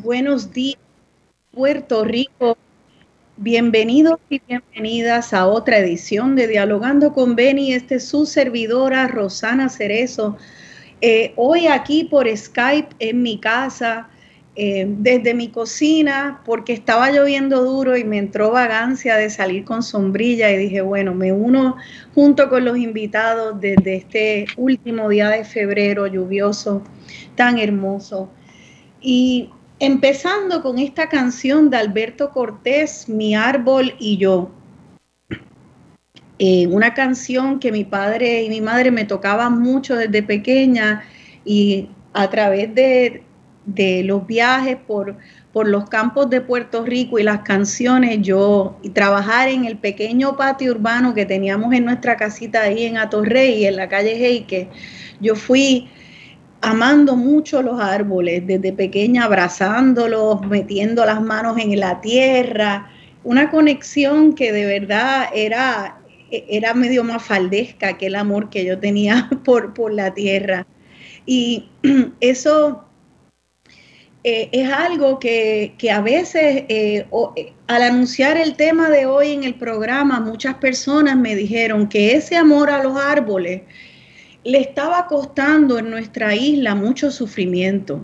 Buenos días, Puerto Rico. Bienvenidos y bienvenidas a otra edición de Dialogando con Beni. Esta es su servidora, Rosana Cerezo. Hoy aquí por Skype en mi casa, desde mi cocina, porque estaba lloviendo duro y me entró vagancia de salir con sombrilla y dije, bueno, me uno junto con los invitados desde este último día de febrero lluvioso, tan hermoso. Y empezando con esta canción de Alberto Cortés, Mi árbol y yo. Una canción que mi padre y mi madre me tocaban mucho desde pequeña y a través de los viajes por los campos de Puerto Rico y las canciones, y trabajar en el pequeño patio urbano que teníamos en nuestra casita ahí en Atorrey, en la calle Heique, yo fui amando mucho los árboles, desde pequeña abrazándolos, metiendo las manos en la tierra, una conexión que de verdad era medio mafaldesca que el amor que yo tenía por la tierra. Y eso es algo que a veces, al anunciar el tema de hoy en el programa, muchas personas me dijeron que ese amor a los árboles le estaba costando en nuestra isla mucho sufrimiento.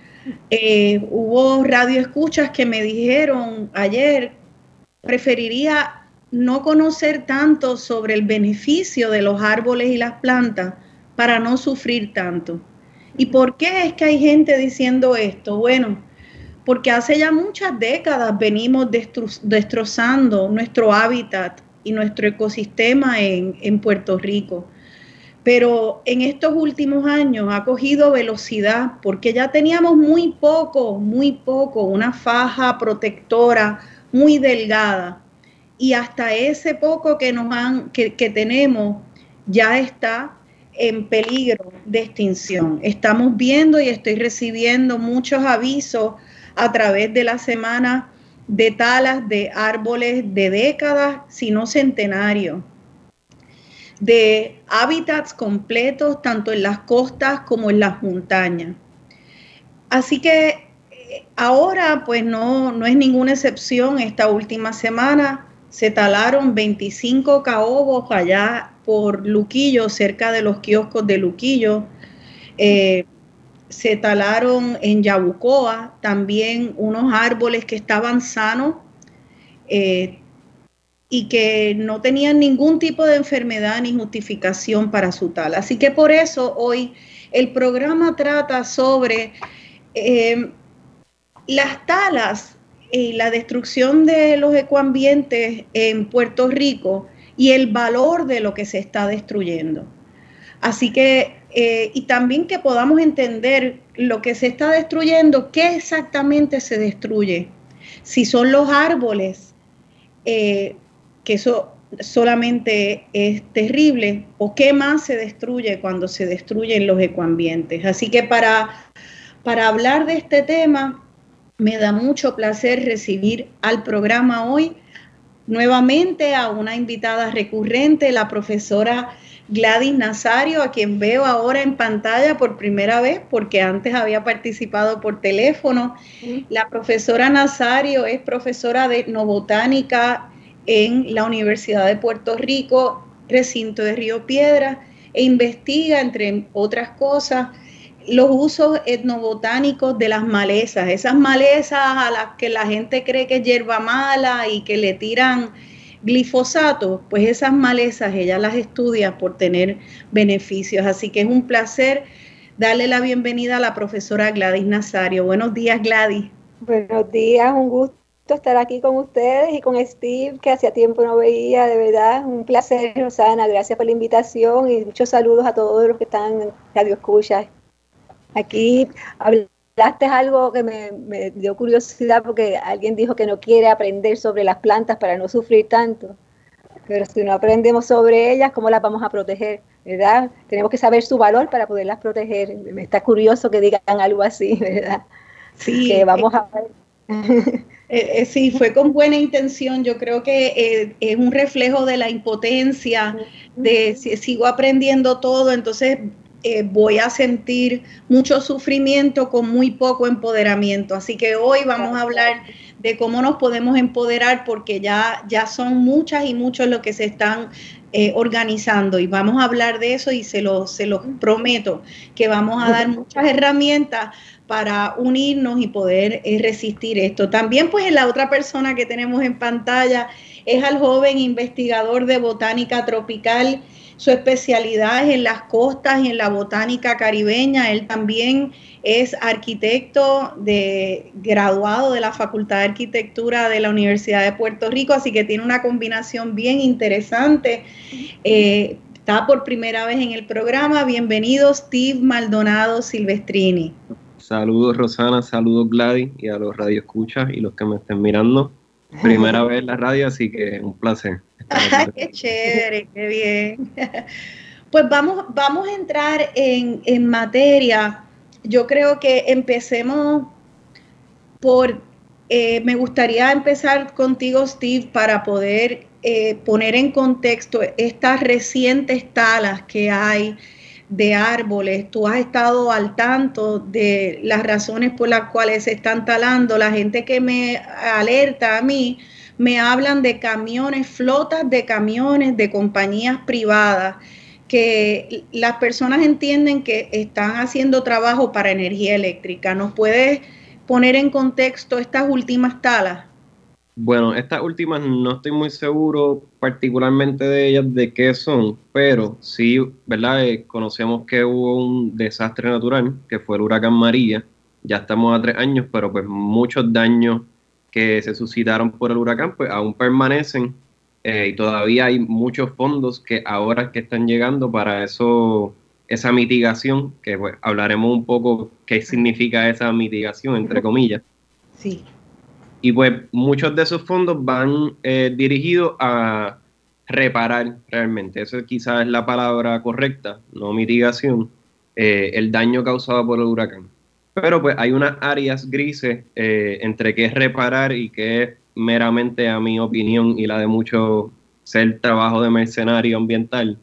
Hubo radioescuchas que me dijeron ayer, preferiría no conocer tanto sobre el beneficio de los árboles y las plantas para no sufrir tanto. ¿Y por qué es que hay gente diciendo esto? Bueno, porque hace ya muchas décadas venimos destrozando nuestro hábitat y nuestro ecosistema en Puerto Rico. Pero en estos últimos años ha cogido velocidad porque ya teníamos muy poco, una faja protectora muy delgada y hasta ese poco que tenemos ya está en peligro de extinción. Estamos viendo y estoy recibiendo muchos avisos a través de la semana de talas de árboles de décadas, si no centenarios, de hábitats completos, tanto en las costas como en las montañas. Así que ahora, pues no es ninguna excepción. Esta última semana se talaron 25 caobos allá por Luquillo, cerca de los kioscos de Luquillo. Se talaron en Yabucoa también unos árboles que estaban sanos, y que no tenían ningún tipo de enfermedad ni justificación para su tala. Así que por eso hoy el programa trata sobre las talas y la destrucción de los ecoambientes en Puerto Rico y el valor de lo que se está destruyendo. Así que, y también que podamos entender lo que se está destruyendo, qué exactamente se destruye. Si son los árboles, que eso solamente es terrible, o qué más se destruye cuando se destruyen los ecoambientes. Así que para hablar de este tema, me da mucho placer recibir al programa hoy nuevamente a una invitada recurrente, la profesora Gladys Nazario, a quien veo ahora en pantalla por primera vez, porque antes había participado por teléfono. La profesora Nazario es profesora de etnobotánica en la Universidad de Puerto Rico, recinto de Río Piedras, e investiga, entre otras cosas, los usos etnobotánicos de las malezas, esas malezas a las que la gente cree que es hierba mala y que le tiran glifosato, pues esas malezas ella las estudia por tener beneficios. Así que es un placer darle la bienvenida a la profesora Gladys Nazario. Buenos días, Gladys. Buenos días, un gusto estar aquí con ustedes y con Steve, que hacía tiempo no veía, de verdad, un placer, Rosana, gracias por la invitación y muchos saludos a todos los que están en Radio Escucha. Aquí hablaste algo que me dio curiosidad porque alguien dijo que no quiere aprender sobre las plantas para no sufrir tanto, pero si no aprendemos sobre ellas, ¿cómo las vamos a proteger? ¿Verdad? Tenemos que saber su valor para poderlas proteger. Me está curioso que digan algo así, ¿verdad? Sí, que vamos a ver. Sí, fue con buena intención. Yo creo que es un reflejo de la impotencia, de si sigo aprendiendo todo, entonces voy a sentir mucho sufrimiento con muy poco empoderamiento. Así que hoy vamos a hablar de cómo nos podemos empoderar, porque ya son muchas y muchos los que se están organizando, y vamos a hablar de eso, y se los prometo que vamos a dar muchas herramientas para unirnos y poder resistir esto. También, pues, la otra persona que tenemos en pantalla es al joven investigador de botánica tropical. Su especialidad es en las costas y en la botánica caribeña. Él también es arquitecto graduado de la Facultad de Arquitectura de la Universidad de Puerto Rico, así que tiene una combinación bien interesante. Está por primera vez en el programa. Bienvenido, Steve Maldonado Silvestrini. Saludos, Rosana, saludos, Gladys, y a los radioescuchas y los que me estén mirando. Primera vez en la radio, así que un placer. ¡Qué chévere! ¡Qué bien! Pues vamos a entrar en materia. Yo creo que empecemos me gustaría empezar contigo, Steve, para poder poner en contexto estas recientes talas que hay de árboles. Tú has estado al tanto de las razones por las cuales se están talando. La gente que me alerta a mí, me hablan de camiones, flotas de camiones de compañías privadas, que las personas entienden que están haciendo trabajo para energía eléctrica. ¿Nos puedes poner en contexto estas últimas talas? Bueno, estas últimas no estoy muy seguro particularmente de ellas, de qué son, pero sí, ¿verdad? Conocemos que hubo un desastre natural, que fue el huracán María. Ya estamos a 3 años, pero pues muchos daños que se suscitaron por el huracán, pues aún permanecen, y todavía hay muchos fondos que ahora que están llegando para eso, esa mitigación, que pues hablaremos un poco qué significa esa mitigación, entre comillas. Sí. Y pues muchos de esos fondos van dirigidos a reparar realmente, eso quizás es la palabra correcta, no mitigación, el daño causado por el huracán. Pero pues hay unas áreas grises entre qué es reparar y qué es meramente, a mi opinión y la de muchos, ser trabajo de mercenario ambiental.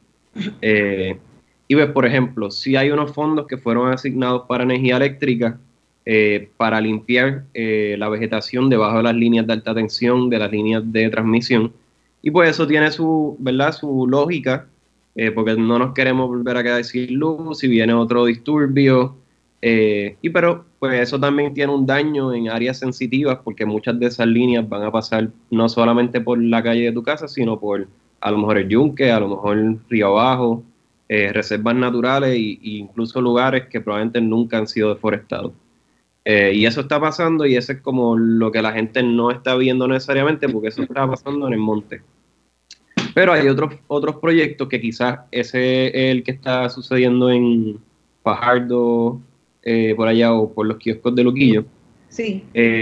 Y pues, por ejemplo, si hay unos fondos que fueron asignados para energía eléctrica, para limpiar la vegetación debajo de las líneas de alta tensión, de las líneas de transmisión. Y pues eso tiene su, ¿verdad?, su lógica, porque no nos queremos volver a quedar sin luz si viene otro disturbio. Pero pues eso también tiene un daño en áreas sensitivas, porque muchas de esas líneas van a pasar no solamente por la calle de tu casa, sino por a lo mejor el Yunque, a lo mejor Río Abajo, reservas naturales e incluso lugares que probablemente nunca han sido deforestados. Y eso está pasando, y eso es como lo que la gente no está viendo necesariamente, porque eso está pasando en el monte. Pero hay otros proyectos que quizás ese es el que está sucediendo en Fajardo, por allá, o por los kioscos de Luquillo. Sí.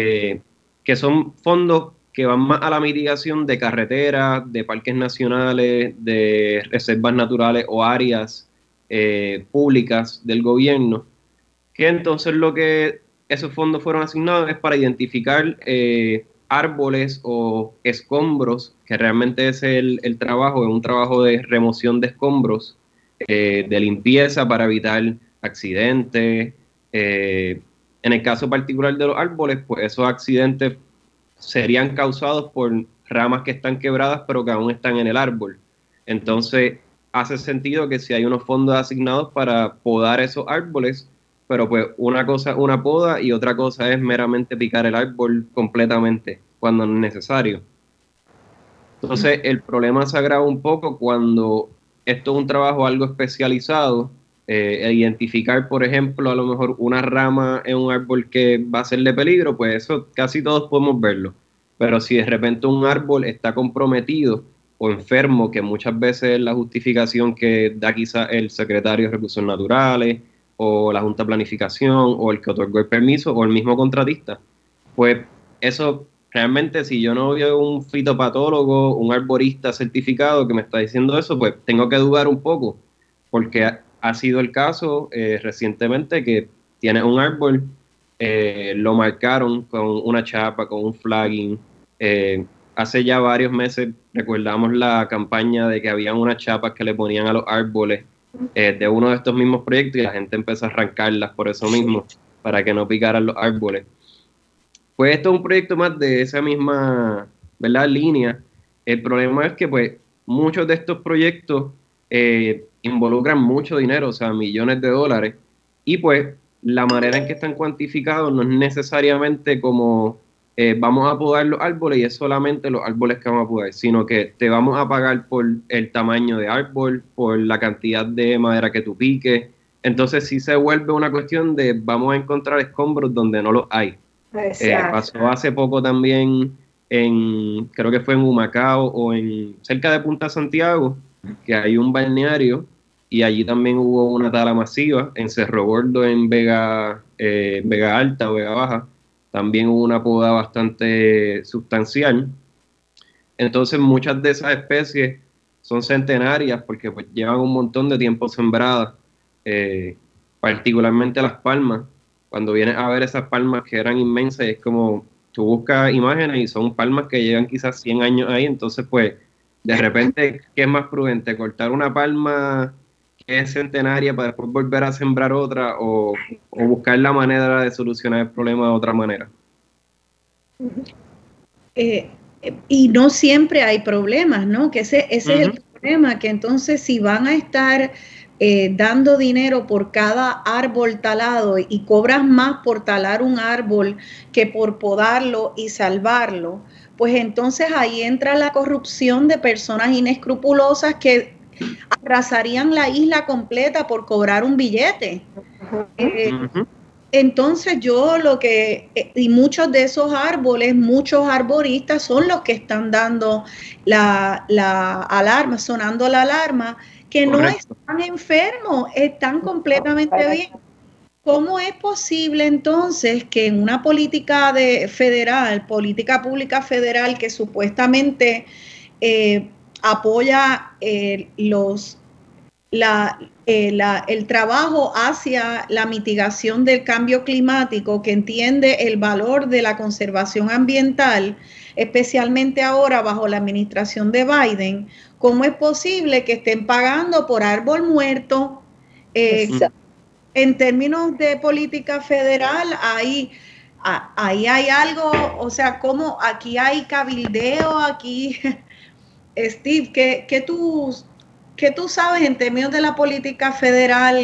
Que son fondos que van más a la mitigación de carreteras, de parques nacionales, de reservas naturales o áreas públicas del gobierno, que entonces lo que esos fondos fueron asignados es para identificar árboles o escombros, que realmente es el trabajo, es un trabajo de remoción de escombros, de limpieza para evitar accidentes. En el caso particular de los árboles, pues esos accidentes serían causados por ramas que están quebradas pero que aún están en el árbol. Entonces hace sentido que si hay unos fondos asignados para podar esos árboles, pero pues una cosa es una poda y otra cosa es meramente picar el árbol completamente cuando no es necesario. Entonces el problema se agrava un poco cuando esto es un trabajo algo especializado, identificar, por ejemplo, a lo mejor una rama en un árbol que va a ser de peligro, pues eso casi todos podemos verlo. Pero si de repente un árbol está comprometido o enfermo, que muchas veces es la justificación que da quizá el secretario de Recursos Naturales, o la Junta de Planificación, o el que otorgó el permiso, o el mismo contratista, pues eso realmente, si yo no veo un fitopatólogo, un arborista certificado que me está diciendo eso, pues tengo que dudar un poco, porque ha sido el caso recientemente que tiene un árbol, lo marcaron con una chapa, con un flagging. Hace ya varios meses recordamos la campaña de que habían unas chapas que le ponían a los árboles de uno de estos mismos proyectos y la gente empezó a arrancarlas por eso mismo, para que no picaran los árboles. Pues esto es un proyecto más de esa misma, ¿verdad?, línea. El problema es que pues muchos de estos proyectos involucran mucho dinero, o sea, millones de dólares, y pues la manera en que están cuantificados no es necesariamente como vamos a podar los árboles y es solamente los árboles que vamos a podar, sino que te vamos a pagar por el tamaño de árbol, por la cantidad de madera que tú piques. Entonces sí se vuelve una cuestión de vamos a encontrar escombros donde no los hay. Pasó hace poco también creo que fue en Humacao o cerca de Punta Santiago, que hay un balneario y allí también hubo una tala masiva. En Cerro Gordo, en Vega Alta o Vega Baja, también hubo una poda bastante sustancial. Entonces muchas de esas especies son centenarias porque pues llevan un montón de tiempo sembradas, particularmente las palmas. Cuando vienes a ver esas palmas que eran inmensas, es como tú buscas imágenes y son palmas que llevan quizás 100 años ahí. Entonces pues de repente, ¿qué es más prudente? ¿Cortar una palma que es centenaria para después volver a sembrar otra o buscar la manera de solucionar el problema de otra manera? Y no siempre hay problemas, ¿no? Que ese es el problema, que entonces si van a estar dando dinero por cada árbol talado y cobras más por talar un árbol que por podarlo y salvarlo, pues entonces ahí entra la corrupción de personas inescrupulosas que arrasarían la isla completa por cobrar un billete. Entonces yo y muchos de esos árboles, muchos arboristas son los que están dando la alarma, sonando la alarma, que Correcto. No están enfermos, están completamente bien. ¿Cómo es posible entonces que en una política política pública federal que supuestamente apoya el trabajo hacia la mitigación del cambio climático, que entiende el valor de la conservación ambiental, especialmente ahora bajo la administración de Biden, cómo es posible que estén pagando por árbol muerto? En términos de política federal, ahí hay algo, o sea, como aquí hay cabildeo, aquí, Steve, ¿qué tú sabes en términos de la política federal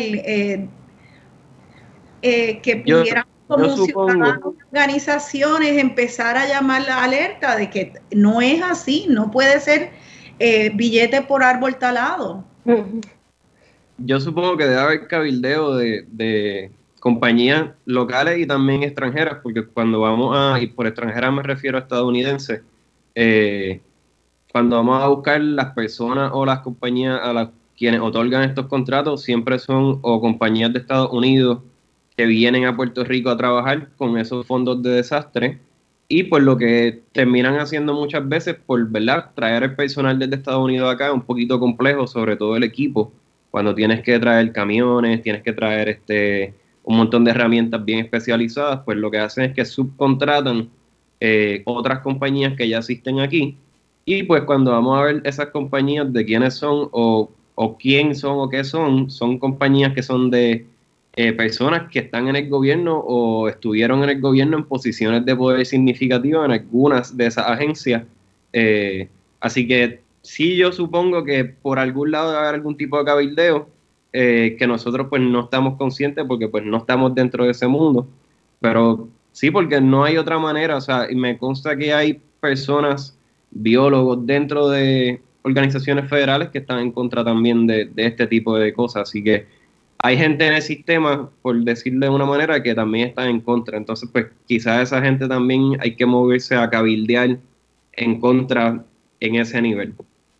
que pudieran como ciudadanos, organizaciones, empezar a llamar la alerta de que no es así, no puede ser billete por árbol talado? Yo supongo que debe haber cabildeo de compañías locales y también extranjeras, porque cuando y por extranjeras me refiero a estadounidenses, cuando vamos a buscar las personas o las compañías a las quienes otorgan estos contratos, siempre son o compañías de Estados Unidos que vienen a Puerto Rico a trabajar con esos fondos de desastre, y por lo que terminan haciendo muchas veces, por verdad, traer el personal desde Estados Unidos acá es un poquito complejo, sobre todo el equipo. Cuando tienes que traer camiones, tienes que traer un montón de herramientas bien especializadas, pues lo que hacen es que subcontratan otras compañías que ya existen aquí. Y pues cuando vamos a ver esas compañías de quiénes son o quién son o qué son compañías que son de personas que están en el gobierno o estuvieron en el gobierno en posiciones de poder significativas en algunas de esas agencias. Así que sí, yo supongo que por algún lado debe haber algún tipo de cabildeo que nosotros pues no estamos conscientes porque pues no estamos dentro de ese mundo, pero sí, porque no hay otra manera. O sea, y me consta que hay personas, biólogos dentro de organizaciones federales que están en contra también de este tipo de cosas, así que hay gente en el sistema, por decirlo de una manera, que también está en contra. Entonces pues quizás esa gente también hay que moverse a cabildear en contra en ese nivel.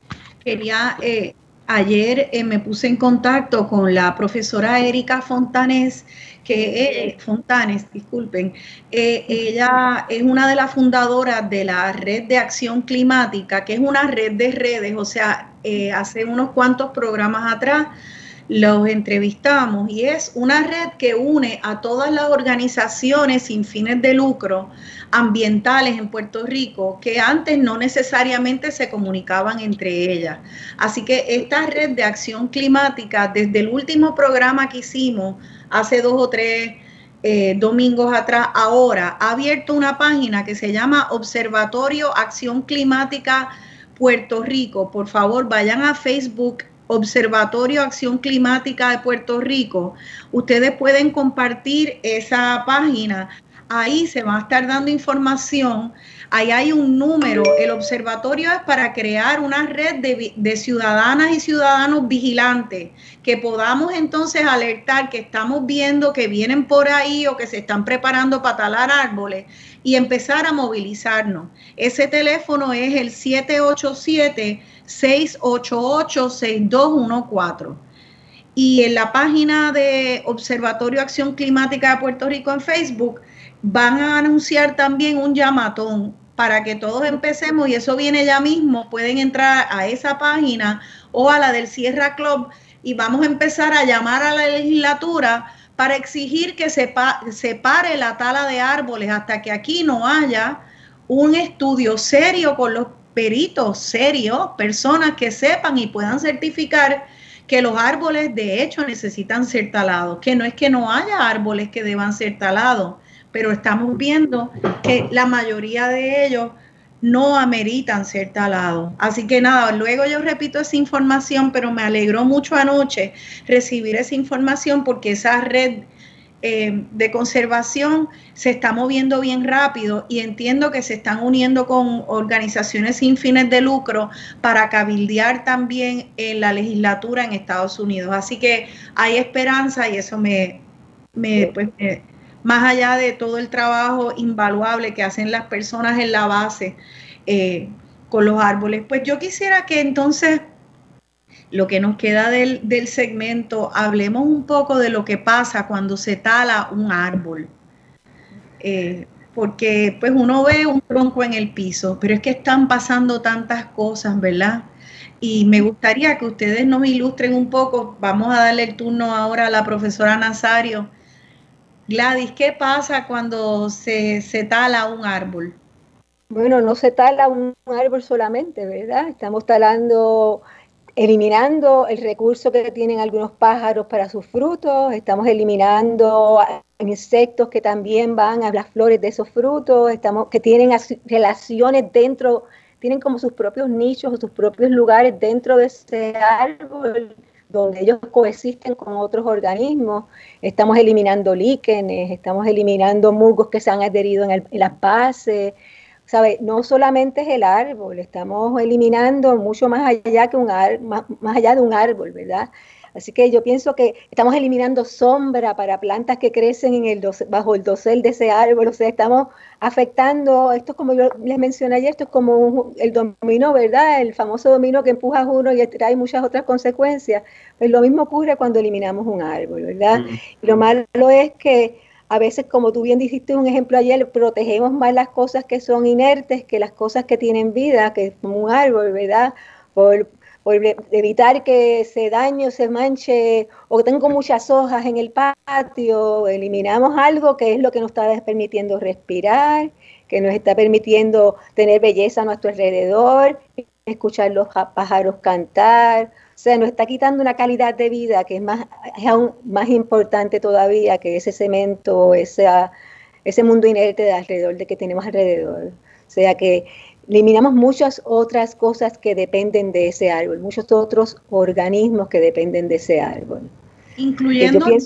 Ayer me puse en contacto con la profesora Erika Fontanes, disculpen. Ella es una de las fundadoras de la Red de Acción Climática, que es una red de redes, o sea, hace unos cuantos programas atrás los entrevistamos, y es una red que une a todas las organizaciones sin fines de lucro ambientales en Puerto Rico que antes no necesariamente se comunicaban entre ellas. Así que esta red de acción climática, desde el último programa que hicimos hace 2 o 3 domingos atrás, ahora ha abierto una página que se llama Observatorio Acción Climática Puerto Rico. Por favor, vayan a Facebook, Observatorio Acción Climática de Puerto Rico. Ustedes pueden compartir esa página. Ahí se va a estar dando información. Ahí hay un número. El observatorio es para crear una red de ciudadanas y ciudadanos vigilantes, que podamos entonces alertar que estamos viendo que vienen por ahí o que se están preparando para talar árboles y empezar a movilizarnos. Ese teléfono es el 787-688-6214. Y en la página de Observatorio Acción Climática de Puerto Rico en Facebook van a anunciar también un llamatón para que todos empecemos, y eso viene ya mismo. Pueden entrar a esa página o a la del Sierra Club y vamos a empezar a llamar a la legislatura para exigir que se pare la tala de árboles hasta que aquí no haya un estudio serio con los peritos serios, personas que sepan y puedan certificar que los árboles de hecho necesitan ser talados, que no es que no haya árboles que deban ser talados, pero estamos viendo que la mayoría de ellos no ameritan ser talados. Así que nada, luego yo repito esa información, pero me alegró mucho anoche recibir esa información porque esa red de conservación se está moviendo bien rápido, y entiendo que se están uniendo con organizaciones sin fines de lucro para cabildear también en la legislatura en Estados Unidos. Así que hay esperanza, y eso más allá de todo el trabajo invaluable que hacen las personas en la base con los árboles. Pues yo quisiera que entonces, lo que nos queda del segmento, hablemos un poco de lo que pasa cuando se tala un árbol. Porque pues uno ve un tronco en el piso, pero es que están pasando tantas cosas, ¿verdad? Y me gustaría que ustedes nos ilustren un poco. Vamos a darle el turno ahora a la profesora Nazario. Gladys, ¿qué pasa cuando se tala un árbol? Bueno, no se tala un árbol solamente, ¿verdad? Estamos eliminando el recurso que tienen algunos pájaros para sus frutos, estamos eliminando insectos que también van a las flores de esos frutos, que tienen relaciones dentro, tienen como sus propios nichos o sus propios lugares dentro de ese árbol, donde ellos coexisten con otros organismos. Estamos eliminando líquenes, estamos eliminando musgos que se han adherido en las bases. ¿Sabe? No solamente es el árbol, estamos eliminando mucho más allá más allá de un árbol, ¿verdad? Así que yo pienso que estamos eliminando sombra para plantas que crecen bajo el dosel de ese árbol. O sea, estamos afectando, esto es como yo les mencioné ayer, esto es como el dominó, ¿verdad? El famoso dominó que empujas uno y trae muchas otras consecuencias. Pues lo mismo ocurre cuando eliminamos un árbol, ¿verdad? Y lo malo es que a veces, como tú bien dijiste un ejemplo ayer, protegemos más las cosas que son inertes que las cosas que tienen vida, que es como un árbol, ¿verdad? Por evitar que se dañe o se manche, o tengo muchas hojas en el patio, eliminamos algo que es lo que nos está permitiendo respirar, que nos está permitiendo tener belleza a nuestro alrededor, escuchar los pájaros cantar. O sea, nos está quitando una calidad de vida que es aún más importante todavía que ese cemento, ese mundo inerte que tenemos alrededor. O sea que eliminamos muchas otras cosas que dependen de ese árbol, muchos otros organismos que dependen de ese árbol. Incluyéndonos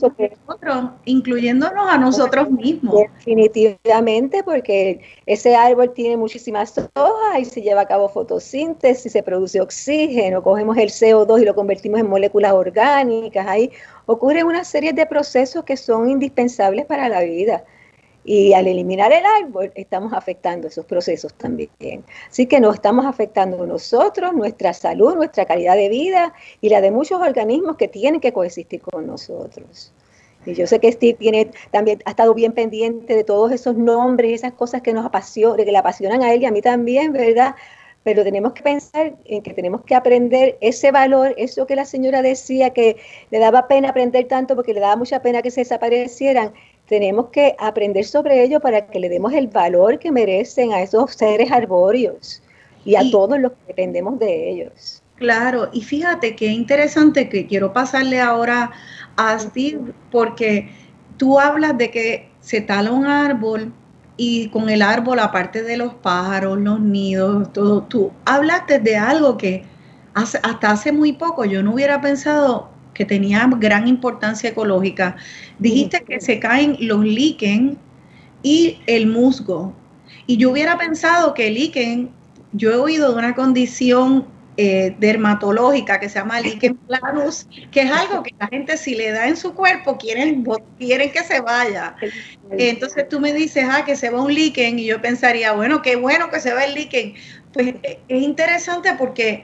a nosotros mismos. Definitivamente, porque ese árbol tiene muchísimas hojas y se lleva a cabo fotosíntesis, se produce oxígeno, cogemos el CO2 y lo convertimos en moléculas orgánicas. Ahí ocurren una serie de procesos que son indispensables para la vida. Y al eliminar el árbol, estamos afectando esos procesos también. Así que nos estamos afectando nosotros, nuestra salud, nuestra calidad de vida y la de muchos organismos que tienen que coexistir con nosotros. Y yo sé que Steve también ha estado bien pendiente de todos esos nombres y esas cosas que nos apasionan, que le apasionan a él y a mí también, ¿verdad? pero tenemos que pensar en que tenemos que aprender ese valor, eso que la señora decía, que le daba pena aprender tanto porque le daba mucha pena que se desaparecieran. Tenemos que aprender sobre ello para que le demos el valor que merecen a esos seres arbóreos y a todos los que dependemos de ellos. Claro, y fíjate qué interesante, que quiero pasarle ahora a Steve, porque tú hablas de que se tala un árbol y con el árbol, aparte de los pájaros, los nidos, todo, tú hablaste de algo que hasta hace muy poco yo no hubiera pensado que tenía gran importancia ecológica. Dijiste que se caen los líquenes y el musgo. Y yo hubiera pensado que el líquen, yo he oído de una condición dermatológica que se llama líquen planus, que es algo que la gente si le da en su cuerpo quieren que se vaya. Entonces tú me dices, que se va un líquen, y yo pensaría, bueno, qué bueno que se va el líquen. Pues es interesante porque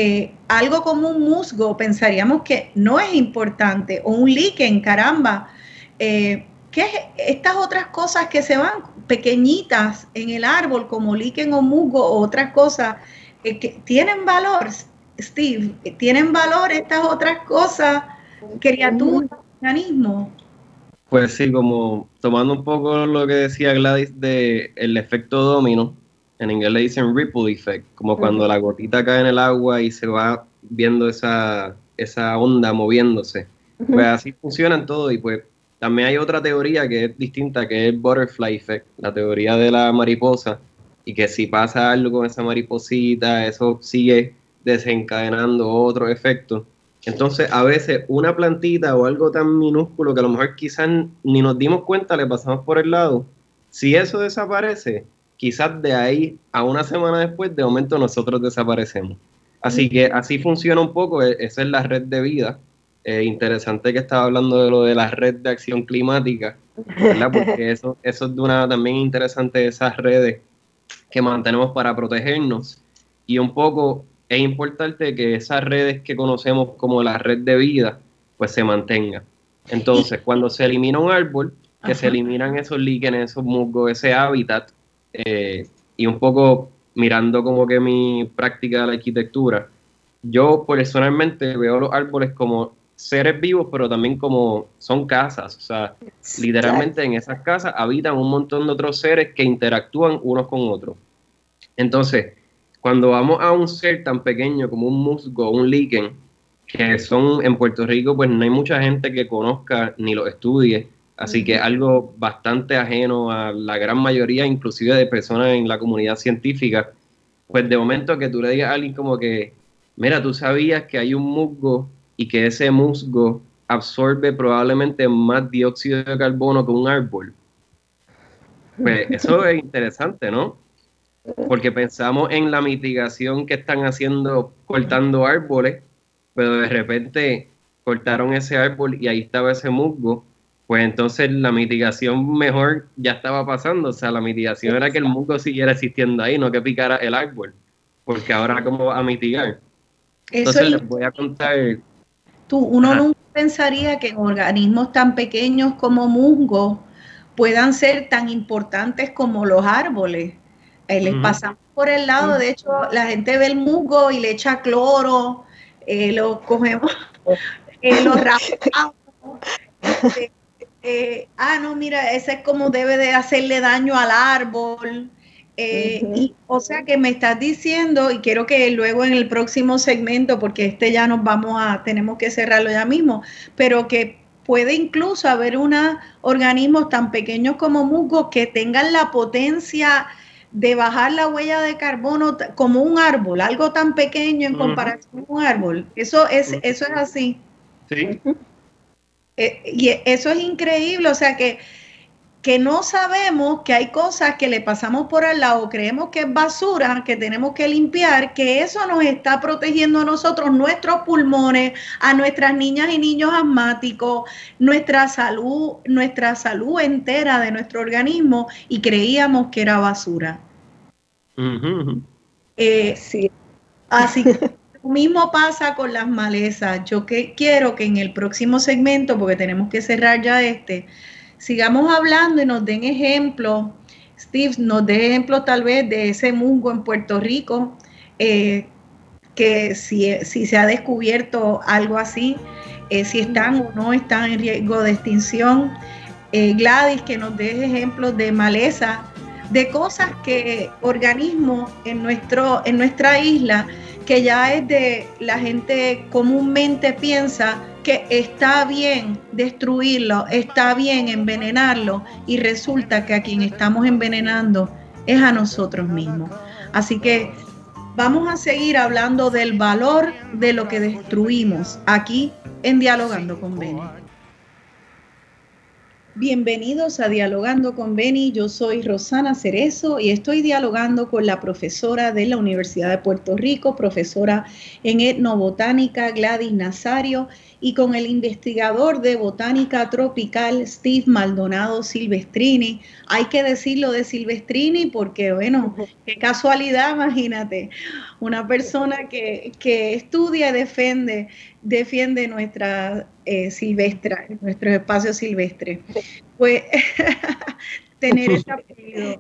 algo como un musgo pensaríamos que no es importante, o un líquen, caramba. ¿Qué es estas otras cosas que se van pequeñitas en el árbol, como líquen o musgo o otras cosas? Que tienen valor, Steve, tienen valor estas otras cosas, criaturas, organismos. Pues sí, como tomando un poco lo que decía Gladys de el efecto dominó, en inglés le dicen ripple effect, como cuando la gotita cae en el agua y se va viendo esa onda moviéndose. Pues así funcionan todo, y pues también hay otra teoría que es distinta, que es el butterfly effect, la teoría de la mariposa, y que si pasa algo con esa mariposita, eso sigue desencadenando otro efecto. Entonces, a veces una plantita o algo tan minúsculo que a lo mejor quizás ni nos dimos cuenta, le pasamos por el lado, si eso desaparece, quizás de ahí a una semana después, de momento nosotros desaparecemos. Así que así funciona un poco, esa es la red de vida. Interesante que estaba hablando de lo de la red de acción climática, ¿verdad? Porque eso es de una también interesante de esas redes que mantenemos para protegernos, y un poco es importante que esas redes que conocemos como la red de vida pues se mantengan. Entonces, cuando se elimina un árbol, que se eliminan esos líquenes, esos musgos, ese hábitat, y un poco mirando como que mi práctica de la arquitectura, yo personalmente veo los árboles como seres vivos, pero también como son casas, o sea, literalmente en esas casas habitan un montón de otros seres que interactúan unos con otros. Entonces, cuando vamos a un ser tan pequeño como un musgo, un líquen, que son en Puerto Rico, pues no hay mucha gente que conozca ni lo estudie, así que algo bastante ajeno a la gran mayoría, inclusive de personas en la comunidad científica, pues de momento que tú le digas a alguien como que, mira, tú sabías que hay un musgo y que ese musgo absorbe probablemente más dióxido de carbono que un árbol. Pues eso es interesante, ¿no? Porque pensamos en la mitigación que están haciendo cortando árboles, pero de repente cortaron ese árbol y ahí estaba ese musgo, pues entonces la mitigación mejor ya estaba pasando. O sea, la mitigación era que el musgo siguiera existiendo ahí, no que picara el árbol, porque ahora ¿cómo va a mitigar? Entonces les voy a contar. Uno nunca pensaría que organismos tan pequeños como musgos puedan ser tan importantes como los árboles. Les pasamos por el lado, de hecho, la gente ve el musgo y le echa cloro, lo cogemos, lo rapamos. No, mira, ese es como debe de hacerle daño al árbol. Y, o sea que me estás diciendo, y quiero que luego en el próximo segmento, porque ya tenemos que cerrarlo ya mismo, pero que puede incluso haber organismos tan pequeños como musgos que tengan la potencia de bajar la huella de carbono como un árbol, algo tan pequeño en comparación con un árbol. Eso es así. Sí. Y eso es increíble, o sea que no sabemos que hay cosas que le pasamos por al lado, creemos que es basura, que tenemos que limpiar, que eso nos está protegiendo a nosotros, nuestros pulmones, a nuestras niñas y niños asmáticos, nuestra salud entera de nuestro organismo, y creíamos que era basura. Sí. Así que lo mismo pasa con las malezas. Yo quiero que en el próximo segmento, porque tenemos que cerrar ya sigamos hablando y nos den ejemplos. Steve, nos dé ejemplos tal vez de ese musgo en Puerto Rico, que si se ha descubierto algo así, si están o no están en riesgo de extinción. Gladys, que nos dé ejemplos de maleza, de cosas que organismos en nuestra isla, que ya es de la gente comúnmente piensa que está bien destruirlo, está bien envenenarlo, y resulta que a quien estamos envenenando es a nosotros mismos. Así que vamos a seguir hablando del valor de lo que destruimos aquí en Dialogando con Beni. Bienvenidos a Dialogando con Beni. Yo soy Rosana Cerezo y estoy dialogando con la profesora de la Universidad de Puerto Rico, profesora en etnobotánica Gladys Nazario, y con el investigador de botánica tropical Steve Maldonado Silvestrini. Hay que decirlo de Silvestrini porque, bueno, qué casualidad, imagínate, una persona que estudia y defiende nuestra silvestre, nuestros espacios silvestres. Pues tener ese apellido.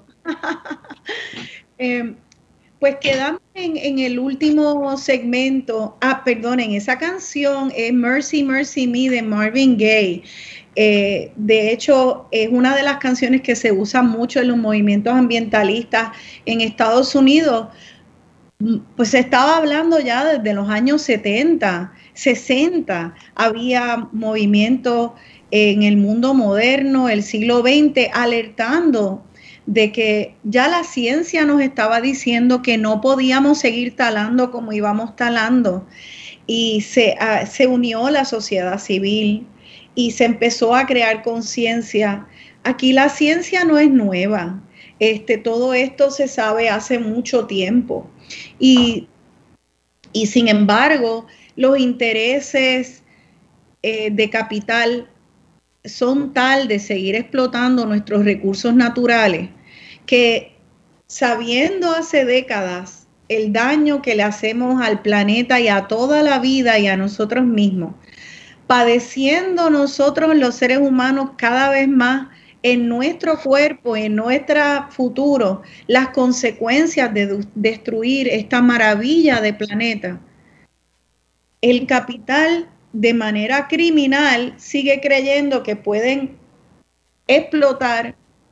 Pues quedamos en el último segmento, en esa canción es Mercy, Mercy Me de Marvin Gaye. De hecho, es una de las canciones que se usa mucho en los movimientos ambientalistas en Estados Unidos. Pues se estaba hablando ya desde los años 70, 60, había movimientos en el mundo moderno, el siglo XX, alertando de que ya la ciencia nos estaba diciendo que no podíamos seguir talando como íbamos talando, y se unió la sociedad civil y se empezó a crear conciencia. Aquí la ciencia no es nueva, todo esto se sabe hace mucho tiempo, y sin embargo los intereses de capital son tal de seguir explotando nuestros recursos naturales que, sabiendo hace décadas el daño que le hacemos al planeta y a toda la vida y a nosotros mismos, padeciendo nosotros los seres humanos cada vez más en nuestro cuerpo, en nuestro futuro, las consecuencias de destruir esta maravilla de planeta, el capital de manera criminal sigue creyendo que pueden explotar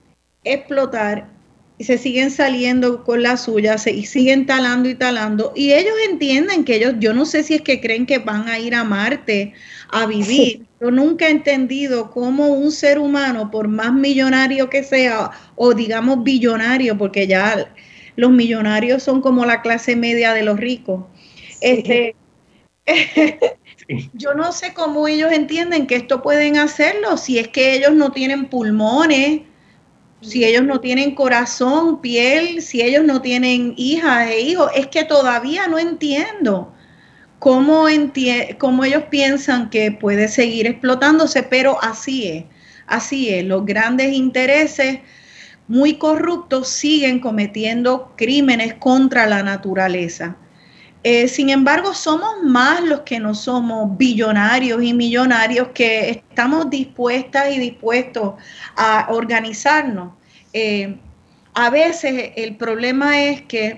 y se siguen saliendo con la suya y siguen talando y talando, y ellos entienden que yo no sé si es que creen que van a ir a Marte a vivir. Sí. Yo nunca he entendido cómo un ser humano, por más millonario que sea, o digamos billonario, porque ya los millonarios son como la clase media de los ricos, sí. Yo no sé cómo ellos entienden que esto pueden hacerlo, si es que ellos no tienen pulmones, si ellos no tienen corazón, piel, si ellos no tienen hijas e hijos. Es que todavía no entiendo cómo ellos piensan que puede seguir explotándose, pero así es. Los grandes intereses muy corruptos siguen cometiendo crímenes contra la naturaleza. Sin embargo, somos más los que no somos billonarios y millonarios, que estamos dispuestas y dispuestos a organizarnos. A veces el problema es que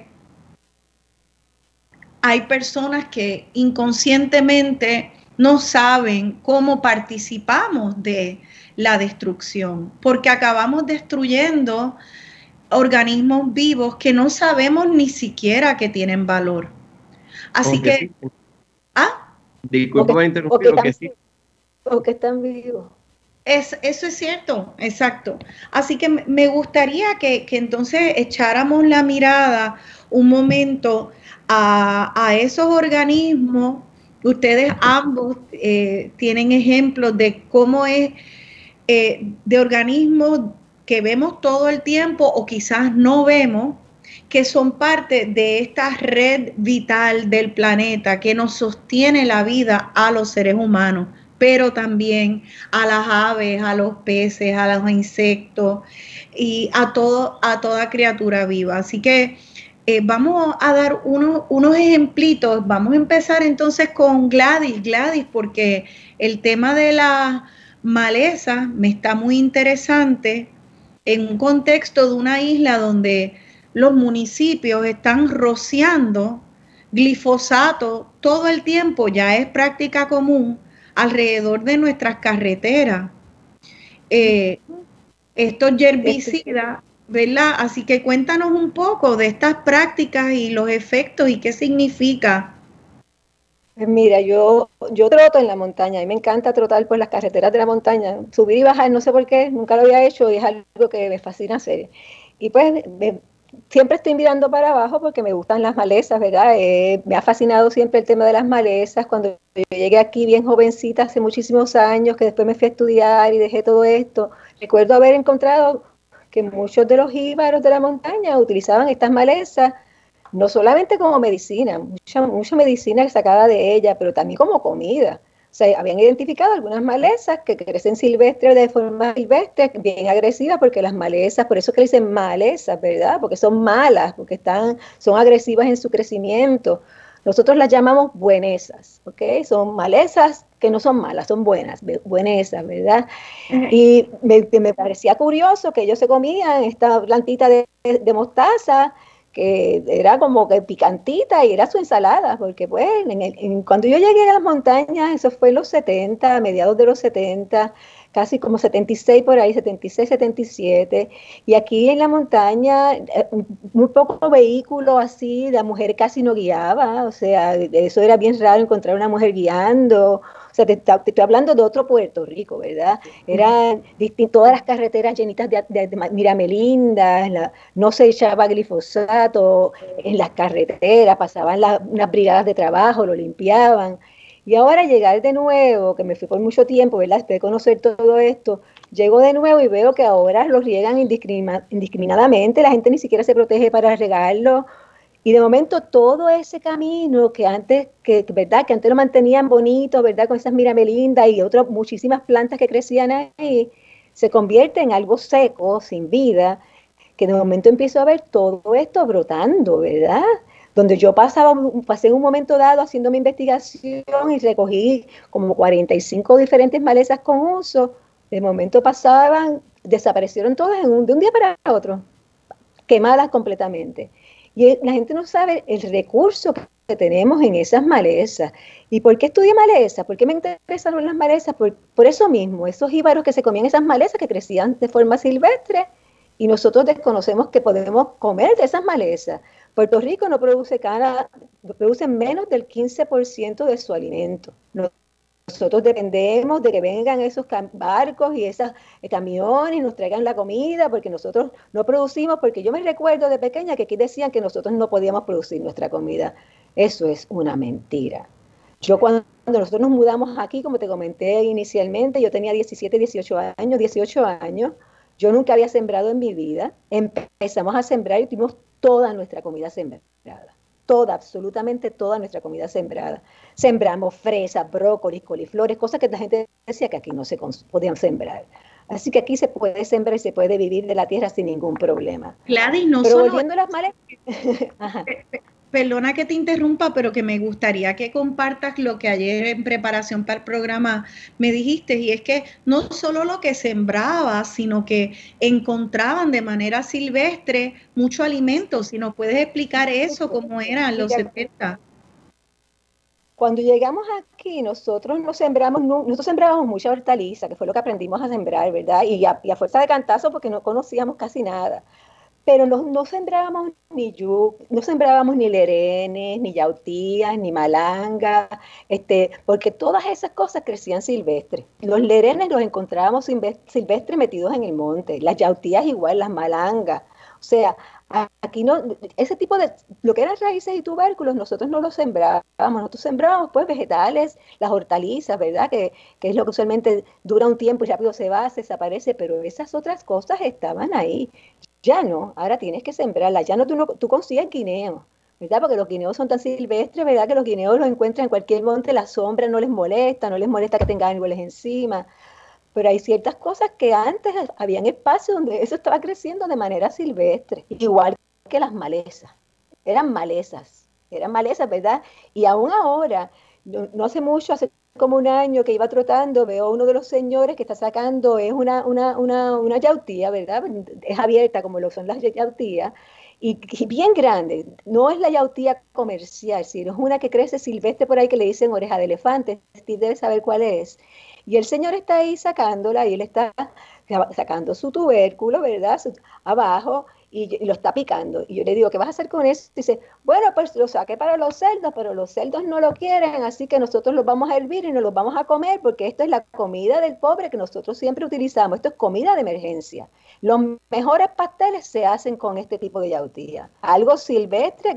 hay personas que inconscientemente no saben cómo participamos de la destrucción, porque acabamos destruyendo organismos vivos que no sabemos ni siquiera que tienen valor. Así que... Sí. Disculpa por interrumpir, porque sí. Porque están vivos. Eso es cierto, exacto. Así que me gustaría que entonces echáramos la mirada un momento a esos organismos. Ustedes ambos tienen ejemplos de cómo es de organismos que vemos todo el tiempo o quizás no vemos, que son parte de esta red vital del planeta que nos sostiene la vida a los seres humanos, pero también a las aves, a los peces, a los insectos y a toda criatura viva. Así que vamos a dar unos ejemplitos. Vamos a empezar entonces con Gladys, porque el tema de la maleza me está muy interesante en un contexto de una isla donde los municipios están rociando glifosato todo el tiempo ya es práctica común alrededor de nuestras carreteras. Estos herbicidas, ¿verdad? Así que cuéntanos un poco de estas prácticas y los efectos y qué significa. Mira, yo troto en la montaña, a mí me encanta trotar por las carreteras de la montaña, subir y bajar, no sé por qué, nunca lo había hecho y es algo que me fascina hacer. Y pues siempre estoy mirando para abajo porque me gustan las malezas, ¿verdad? Me ha fascinado siempre el tema de las malezas. Cuando yo llegué aquí bien jovencita, hace muchísimos años, que después me fui a estudiar y dejé todo esto, recuerdo haber encontrado que muchos de los jíbaros de la montaña utilizaban estas malezas no solamente como medicina, mucha medicina sacada de ella, pero también como comida. O sea, habían identificado algunas malezas que crecen silvestres de forma silvestre, bien agresivas, porque las malezas, por eso que le dicen malezas, ¿verdad? Porque son malas, porque son agresivas en su crecimiento. Nosotros las llamamos buenesas, ¿ok? Son malezas que no son malas, son buenesas, ¿verdad? Y me parecía curioso que ellos se comían esta plantita de mostaza, que era como que picantita y era su ensalada, porque pues cuando yo llegué a las montañas, eso fue en los 70, a mediados de los 70, casi como 76 por ahí, 76, 77, y aquí en la montaña, muy poco vehículo así, la mujer casi no guiaba, o sea, eso era bien raro encontrar una mujer guiando. O sea, te estoy hablando de otro Puerto Rico, ¿verdad? Eran todas las carreteras llenitas de miramelindas, no se echaba glifosato en las carreteras, pasaban unas brigadas de trabajo, lo limpiaban. Y ahora llegar de nuevo, que me fui por mucho tiempo, ¿verdad? Después de conocer todo esto, llego de nuevo y veo que ahora los riegan indiscriminadamente, la gente ni siquiera se protege para regarlo. Y de momento todo ese camino que antes, ¿verdad? Que antes lo mantenían bonito, ¿verdad? Con esas miramelindas y otras muchísimas plantas que crecían ahí, se convierte en algo seco, sin vida, que de momento empiezo a ver todo esto brotando, ¿verdad? Donde yo pasé en un momento dado haciendo mi investigación y recogí como 45 diferentes malezas con uso, de momento desaparecieron todas de un día para otro, quemadas completamente. Y la gente no sabe el recurso que tenemos en esas malezas. ¿Y por qué estudié malezas? ¿Por qué me interesaron las malezas? Por eso mismo, esos jíbaros que se comían esas malezas que crecían de forma silvestre y nosotros desconocemos que podemos comer de esas malezas. Puerto Rico no produce produce menos del 15% de su alimento. Nosotros dependemos de que vengan esos barcos y esos camiones y nos traigan la comida, porque nosotros no producimos, porque yo me recuerdo de pequeña que aquí decían que nosotros no podíamos producir nuestra comida. Eso es una mentira. Yo cuando nosotros nos mudamos aquí, como te comenté inicialmente, yo tenía 17, 18 años, yo nunca había sembrado en mi vida. Empezamos a sembrar y tuvimos toda nuestra comida sembrada. Absolutamente toda nuestra comida sembrada. Sembramos fresas, brócolis, coliflores, cosas que la gente decía que aquí no se podían sembrar. Así que aquí se puede sembrar y se puede vivir de la tierra sin ningún problema. Gladys, no pero solo volviendo a las malezas. Perdona que te interrumpa, pero que me gustaría que compartas lo que ayer en preparación para el programa me dijiste, y es que no solo lo que sembraba, sino que encontraban de manera silvestre mucho alimento. Si nos puedes explicar eso, cómo era en los 70. Cuando llegamos aquí, nosotros sembrábamos mucha hortaliza, que fue lo que aprendimos a sembrar, ¿verdad? Y a fuerza de cantazo, porque no conocíamos casi nada. Pero no sembrábamos no sembrábamos ni lerenes, ni yautías, ni malanga, porque todas esas cosas crecían silvestres. Los lerenes los encontrábamos silvestres metidos en el monte, las yautías igual, las malangas. O sea, aquí ese tipo de, lo que eran raíces y tubérculos, nosotros no los sembrábamos, nosotros sembrábamos pues vegetales, las hortalizas, ¿verdad? Que es lo que usualmente dura un tiempo y rápido se desaparece, pero esas otras cosas estaban ahí. Ya no, ahora tienes que sembrarlas, ya no tú consigues guineos, ¿verdad? Porque los guineos son tan silvestres, ¿verdad? Que los guineos los encuentran en cualquier monte, la sombra no les molesta que tengan árboles encima. Pero hay ciertas cosas que antes habían espacios donde eso estaba creciendo de manera silvestre, igual que las malezas. Eran malezas, ¿verdad? Y aún ahora, no hace mucho, hace como un año que iba trotando, veo a uno de los señores que está sacando, es una yautía, ¿verdad? Es abierta como lo son las yautías, y bien grande. No es la yautía comercial, sino es una que crece silvestre por ahí que le dicen oreja de elefante. Steve debe saber cuál es. Y el señor está ahí sacándola y él está sacando su tubérculo, ¿verdad? Abajo y lo está picando. Y yo le digo, ¿qué vas a hacer con eso? Y dice, bueno, pues lo saqué para los cerdos, pero los cerdos no lo quieren, así que nosotros los vamos a hervir y nos los vamos a comer porque esto es la comida del pobre que nosotros siempre utilizamos. Esto es comida de emergencia. Los mejores pasteles se hacen con este tipo de yautía. Algo silvestre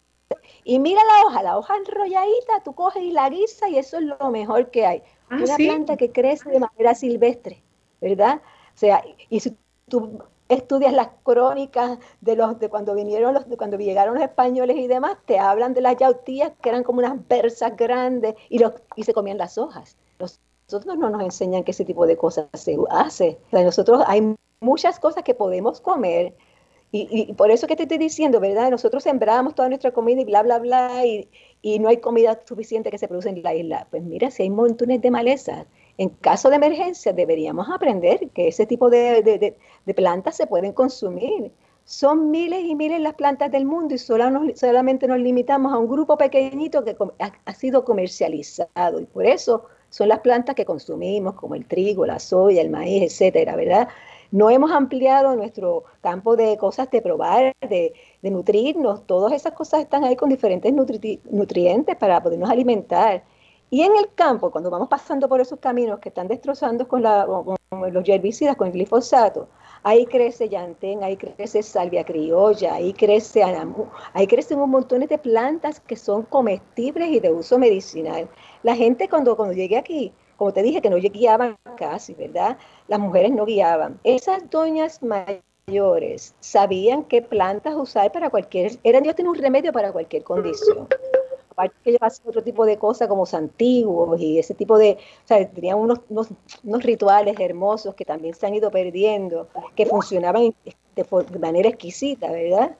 y mira la hoja enrolladita, tú coges y la guisas y eso es lo mejor que hay. Una planta que crece de manera silvestre, ¿verdad? O sea, y si tú estudias las crónicas de cuando cuando llegaron los españoles y demás, te hablan de las yautías que eran como unas berzas grandes y se comían las hojas. Nosotros no nos enseñan que ese tipo de cosas se hace. O sea, nosotros hay muchas cosas que podemos comer y por eso que te estoy diciendo, ¿verdad? Nosotros sembramos toda nuestra comida y bla, bla, bla, y no hay comida suficiente que se produce en la isla. Pues mira, si hay montones de malezas, en caso de emergencia deberíamos aprender que ese tipo de plantas se pueden consumir. Son miles y miles las plantas del mundo y solamente nos limitamos a un grupo pequeñito que ha sido comercializado. Y por eso son las plantas que consumimos, como el trigo, la soya, el maíz, etcétera, ¿verdad? No hemos ampliado nuestro campo de cosas de probar, de nutrirnos. Todas esas cosas están ahí con diferentes nutrientes para podernos alimentar. Y en el campo, cuando vamos pasando por esos caminos que están destrozando con los herbicidas, con el glifosato, ahí crece llantén, ahí crece salvia criolla, ahí crece anamú, ahí crecen un montón de plantas que son comestibles y de uso medicinal. La gente cuando llegué aquí, como te dije, que no guiaban casi, ¿verdad? Las mujeres no guiaban. Esas doñas mayores sabían qué plantas usar para ellos tenían un remedio para cualquier condición. Aparte que ellos hacen otro tipo de cosas como santiguos y ese tipo o sea, tenían unos rituales hermosos que también se han ido perdiendo, que funcionaban de manera exquisita, ¿verdad?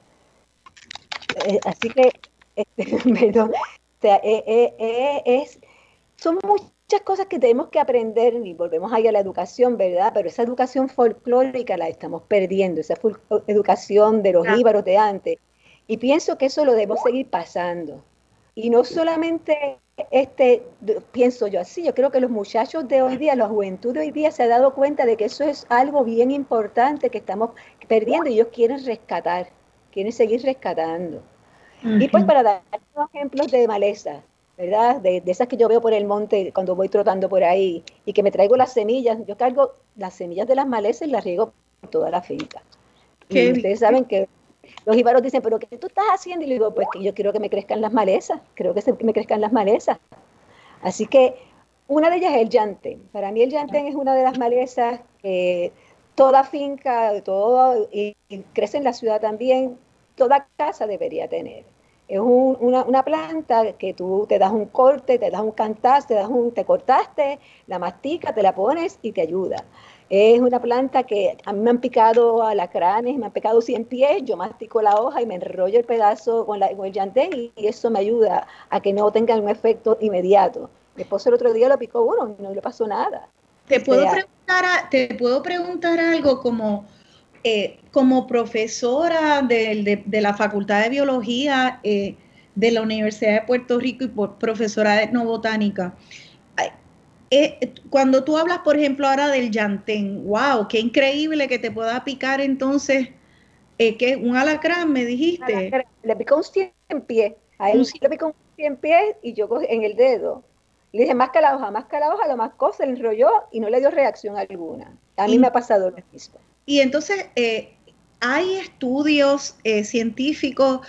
Así que, perdón, o sea, son muchas cosas que tenemos que aprender y volvemos ahí a la educación, ¿verdad? Pero esa educación folclórica la estamos perdiendo, esa educación de los íbaros de antes. Y pienso que eso lo debemos seguir pasando. Y no solamente pienso yo así, yo creo que los muchachos de hoy día, la juventud de hoy día se ha dado cuenta de que eso es algo bien importante que estamos perdiendo y ellos quieren seguir rescatando. Y pues para dar unos ejemplos de maleza, ¿verdad? De esas que yo veo por el monte cuando voy trotando por ahí y que me traigo las semillas, yo cargo las semillas de las malezas y las riego por toda la finca. Y ustedes saben que los jíbaros dicen, ¿pero qué tú estás haciendo? Y le digo, pues que yo quiero que me crezcan las malezas, me crezcan las malezas. Así que una de ellas es el llantén. Para mí el llantén es una de las malezas que toda finca, y crece en la ciudad también, toda casa debería tener. Es una planta que tú te das un corte, te das un cantazo, te cortaste, la masticas, te la pones y te ayuda. Es una planta que a mí me han picado alacranes, me han picado 100 pies, yo mastico la hoja y me enrollo el pedazo con el llantén y eso me ayuda a que no tenga un efecto inmediato. Mi esposo el otro día lo picó uno y no le pasó nada. Te puedo preguntar algo como profesora de la Facultad de Biología de la Universidad de Puerto Rico y profesora de etnobotánica. Cuando tú hablas, por ejemplo, ahora del llantén, wow, qué increíble que te pueda picar entonces, ¿qué? ¿Un alacrán me dijiste? Le picó un 100 pies, a él le picó un 100 pies y yo cogí en el dedo. Le dije, masca la hoja, lo mascó, se le enrolló y no le dio reacción alguna. A mí me ha pasado lo mismo. Y entonces, ¿hay estudios científicos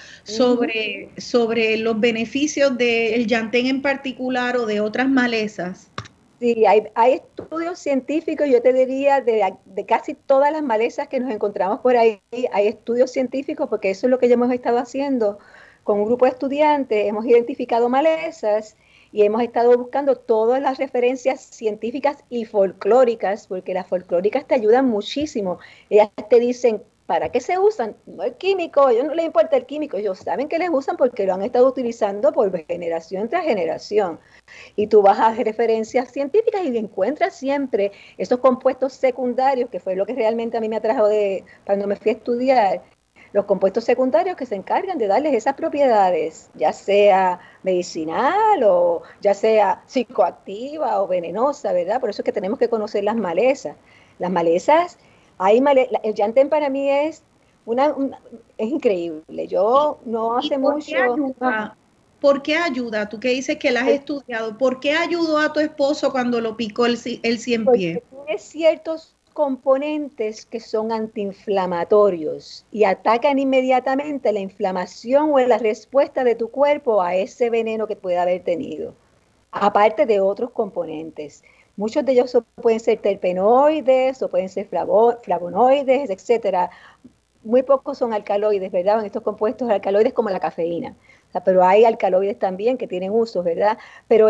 sobre los beneficios del llantén en particular o de otras malezas? Sí, hay estudios científicos, yo te diría, de casi todas las malezas que nos encontramos por ahí, hay estudios científicos, porque eso es lo que ya hemos estado haciendo con un grupo de estudiantes, hemos identificado malezas y hemos estado buscando todas las referencias científicas y folclóricas, porque las folclóricas te ayudan muchísimo. Ellas te dicen ¿Para qué se usan? No el químico, a ellos no les importa el químico, ellos saben que les usan porque lo han estado utilizando por generación tras generación. Y tú vas a referencias científicas y encuentras siempre esos compuestos secundarios, que fue lo que realmente a mí me atrajo cuando me fui a estudiar, los compuestos secundarios que se encargan de darles esas propiedades, ya sea medicinal o ya sea psicoactiva o venenosa, ¿verdad? Por eso es que tenemos que conocer las malezas. Las malezas, el llantén para mí es es increíble. Yo no hace mucho... ¿Por qué ayuda? Tú que dices que la has estudiado, ¿por qué ayudó a tu esposo cuando lo picó el 100 pies? Porque tiene ciertos componentes que son antiinflamatorios y atacan inmediatamente la inflamación o la respuesta de tu cuerpo a ese veneno que puede haber tenido, aparte de otros componentes. Muchos de ellos pueden ser terpenoides o pueden ser flavonoides, etcétera. Muy pocos son alcaloides, ¿verdad? En estos compuestos alcaloides como la cafeína. O sea, pero hay alcaloides también que tienen usos, ¿verdad? Pero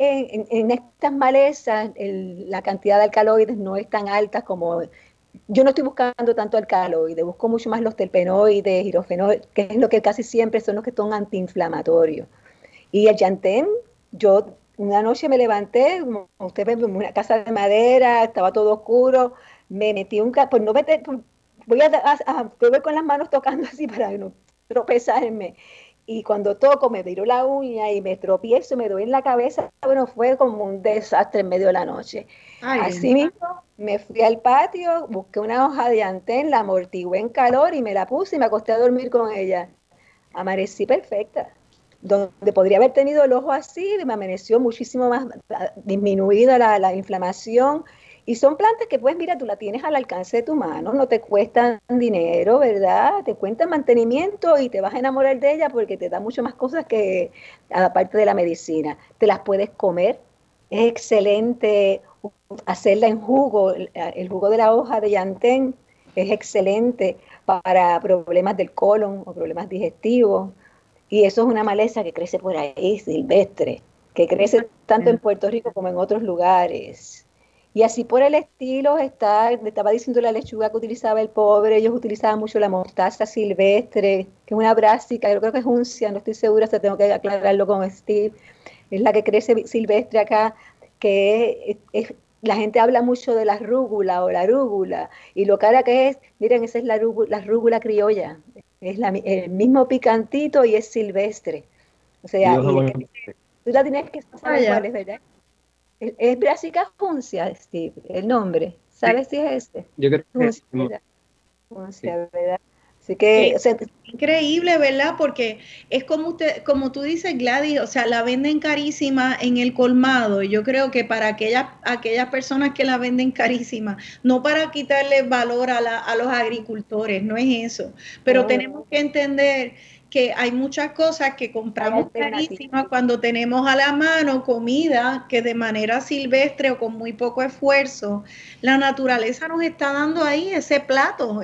en estas malezas la cantidad de alcaloides no es tan alta como... Yo no estoy buscando tanto alcaloides, busco mucho más los terpenoides y los fenoides, que es lo que casi siempre son los que son antiinflamatorios. Y el llantén, yo una noche me levanté, como usted ve, en una casa de madera, estaba todo oscuro, me metí pues no meter... Voy a con las manos tocando así para no tropezarme. Y cuando toco me tiro la uña y me tropiezo, me doy en la cabeza. Bueno, fue como un desastre en medio de la noche. Así mismo me fui al patio, busqué una hoja de llantén, la amortigué en calor y me la puse y me acosté a dormir con ella. Amanecí perfecta. Donde podría haber tenido el ojo así, me amaneció muchísimo más disminuida la inflamación. Y son plantas que, pues, mira, tú la tienes al alcance de tu mano, no te cuestan dinero, ¿verdad? Te cuentan mantenimiento y te vas a enamorar de ella porque te da mucho más cosas que, aparte de la medicina. Te las puedes comer. Es excelente hacerla en jugo. El jugo de la hoja de llantén es excelente para problemas del colon o problemas digestivos. Y eso es una maleza que crece por ahí, silvestre, que crece tanto en Puerto Rico como en otros lugares. Y así por el estilo le estaba diciendo la lechuga que utilizaba el pobre, ellos utilizaban mucho la mostaza silvestre, que es una brásica, yo creo que es uncia, no estoy segura, hasta tengo que aclararlo con Steve, es la que crece silvestre acá, que la gente habla mucho de la rúgula o la arúgula, y lo cara que es, miren, esa es la rúgula criolla, es el mismo picantito y es silvestre. O sea, tú la tienes que saber cuál es, ¿verdad? Es Brassica juncia, Steve, el nombre. ¿Sabes si es este? Yo creo que es juncia, ¿verdad? Así que, increíble, ¿verdad? Porque es como tú dices, Gladys, o sea, la venden carísima en el colmado. Y yo creo que para aquellas personas que la venden carísima, no para quitarle valor a los agricultores, no es eso. Pero tenemos que entender que hay muchas cosas que compramos carísimas cuando tenemos a la mano comida que de manera silvestre o con muy poco esfuerzo, la naturaleza nos está dando ahí ese plato,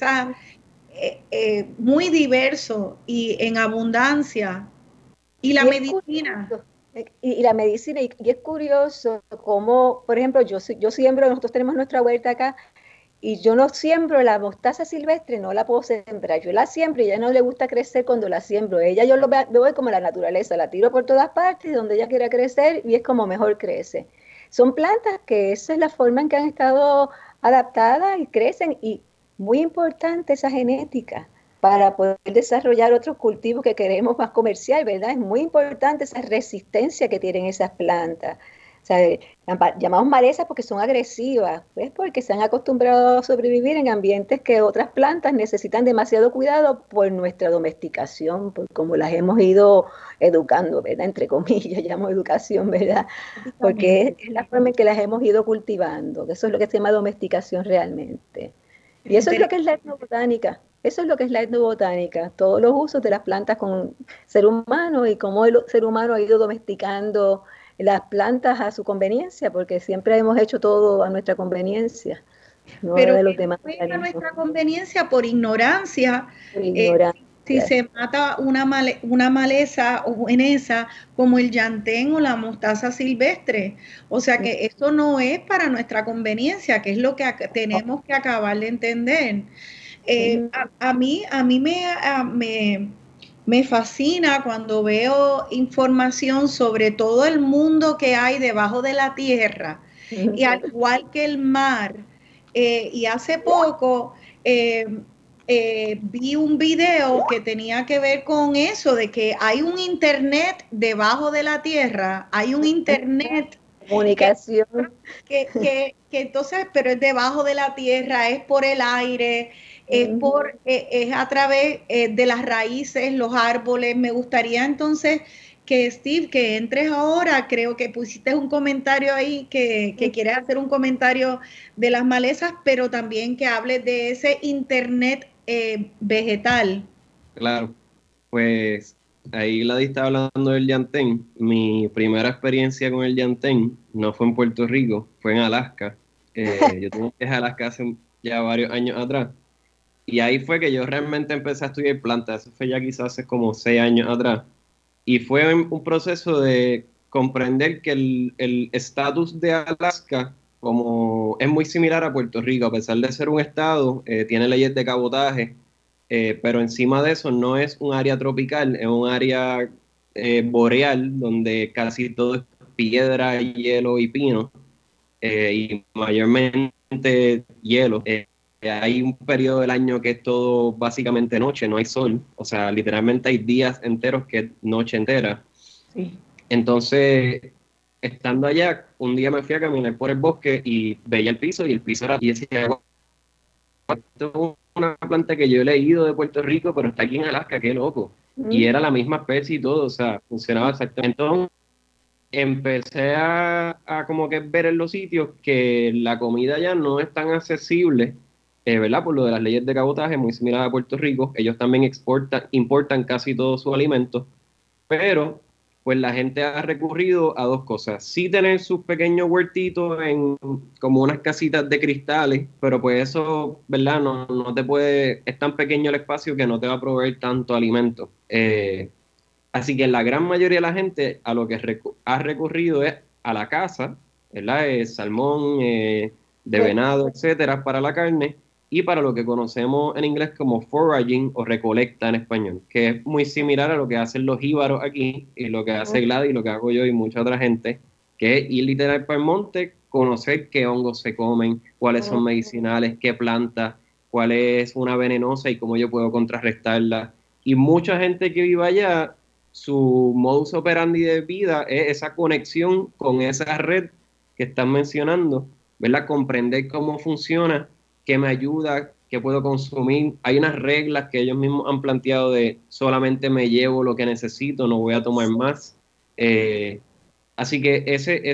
muy diverso y en abundancia. Y la medicina. Y la medicina, y es curioso cómo, por ejemplo, yo siembro, nosotros tenemos nuestra huerta acá, y yo no siembro la mostaza silvestre, no la puedo sembrar. Yo la siembro y a ella no le gusta crecer cuando la siembro. Yo lo veo como la naturaleza, la tiro por todas partes, donde ella quiera crecer y es como mejor crece. Son plantas que esa es la forma en que han estado adaptadas y crecen, y muy importante esa genética para poder desarrollar otros cultivos que queremos más comercial, ¿verdad? Es muy importante esa resistencia que tienen esas plantas. O sea, llamamos malezas porque son agresivas, pues porque se han acostumbrado a sobrevivir en ambientes que otras plantas necesitan demasiado cuidado por nuestra domesticación, por cómo las hemos ido educando, ¿verdad? Entre comillas, llamo educación, ¿verdad? Porque es la forma en que las hemos ido cultivando, que eso es lo que se llama domesticación realmente. Y eso es lo que es la etnobotánica. Eso es lo que es la etnobotánica, todos los usos de las plantas con el ser humano y cómo el ser humano ha ido domesticando las plantas a su conveniencia, porque siempre hemos hecho todo a nuestra conveniencia, no pero de los demás. A nuestra conveniencia por ignorancia. Por ignorancia. Si se mata una maleza o esa como el llantén o la mostaza silvestre. O sea que esto no es para nuestra conveniencia, que es lo que tenemos que acabar de entender. A mí me fascina cuando veo información sobre todo el mundo que hay debajo de la tierra, y al igual que el mar. Y hace poco vi un video que tenía que ver con eso, de que hay un internet debajo de la tierra, hay un internet comunicación. Que entonces, pero es debajo de la tierra, es por el aire, es a través de las raíces, los árboles. Me gustaría entonces que Steve, que entres ahora, creo que pusiste un comentario ahí, que quieres hacer un comentario de las malezas, pero también que hables de ese internet vegetal. Claro, pues ahí Gladys está hablando del llantén. Mi primera experiencia con el llantén no fue en Puerto Rico, fue en Alaska. Yo tuve un viaje a Alaska hace ya varios años atrás. Y ahí fue que yo realmente empecé a estudiar plantas. Eso fue ya quizás hace como 6 años atrás. Y fue un proceso de comprender que el estatus de Alaska como es muy similar a Puerto Rico, a pesar de ser un estado, tiene leyes de cabotaje, pero encima de eso no es un área tropical, es un área boreal donde casi todo es piedra, hielo y pino, y mayormente hielo. Hay un periodo del año que es todo básicamente noche, no hay sol, o sea, literalmente hay días enteros que es noche entera. Sí. Entonces, estando allá, un día me fui a caminar por el bosque y veía el piso y el piso era, y decía, esto es una planta que yo he leído de Puerto Rico, pero está aquí en Alaska, qué loco. Y era la misma especie y todo, o sea, funcionaba exactamente. Entonces, empecé a como que ver en los sitios que la comida ya no es tan accesible, ¿verdad? Por lo de las leyes de cabotaje, muy similar a Puerto Rico. Ellos también importan casi todos sus alimentos, pero pues la gente ha recurrido a dos cosas. Sí tener sus pequeños huertitos en como unas casitas de cristales, pero pues eso, ¿verdad? No te puede, es tan pequeño el espacio que no te va a proveer tanto alimento. Así que la gran mayoría de la gente a lo que ha recurrido es a la caza, ¿verdad? Salmón, de venado, etcétera, para la carne, y para lo que conocemos en inglés como foraging o recolecta en español, que es muy similar a lo que hacen los jíbaros aquí y lo que hace Gladys y lo que hago yo y mucha otra gente, que es ir literal para el monte, conocer qué hongos se comen, cuáles son medicinales, qué plantas, cuál es una venenosa y cómo yo puedo contrarrestarla. Y mucha gente que vive allá, su modus operandi de vida es esa conexión con esa red que están mencionando, ¿verdad? Comprender cómo funciona, qué me ayuda, qué puedo consumir. Hay unas reglas que ellos mismos han planteado de solamente me llevo lo que necesito, no voy a tomar más. Así que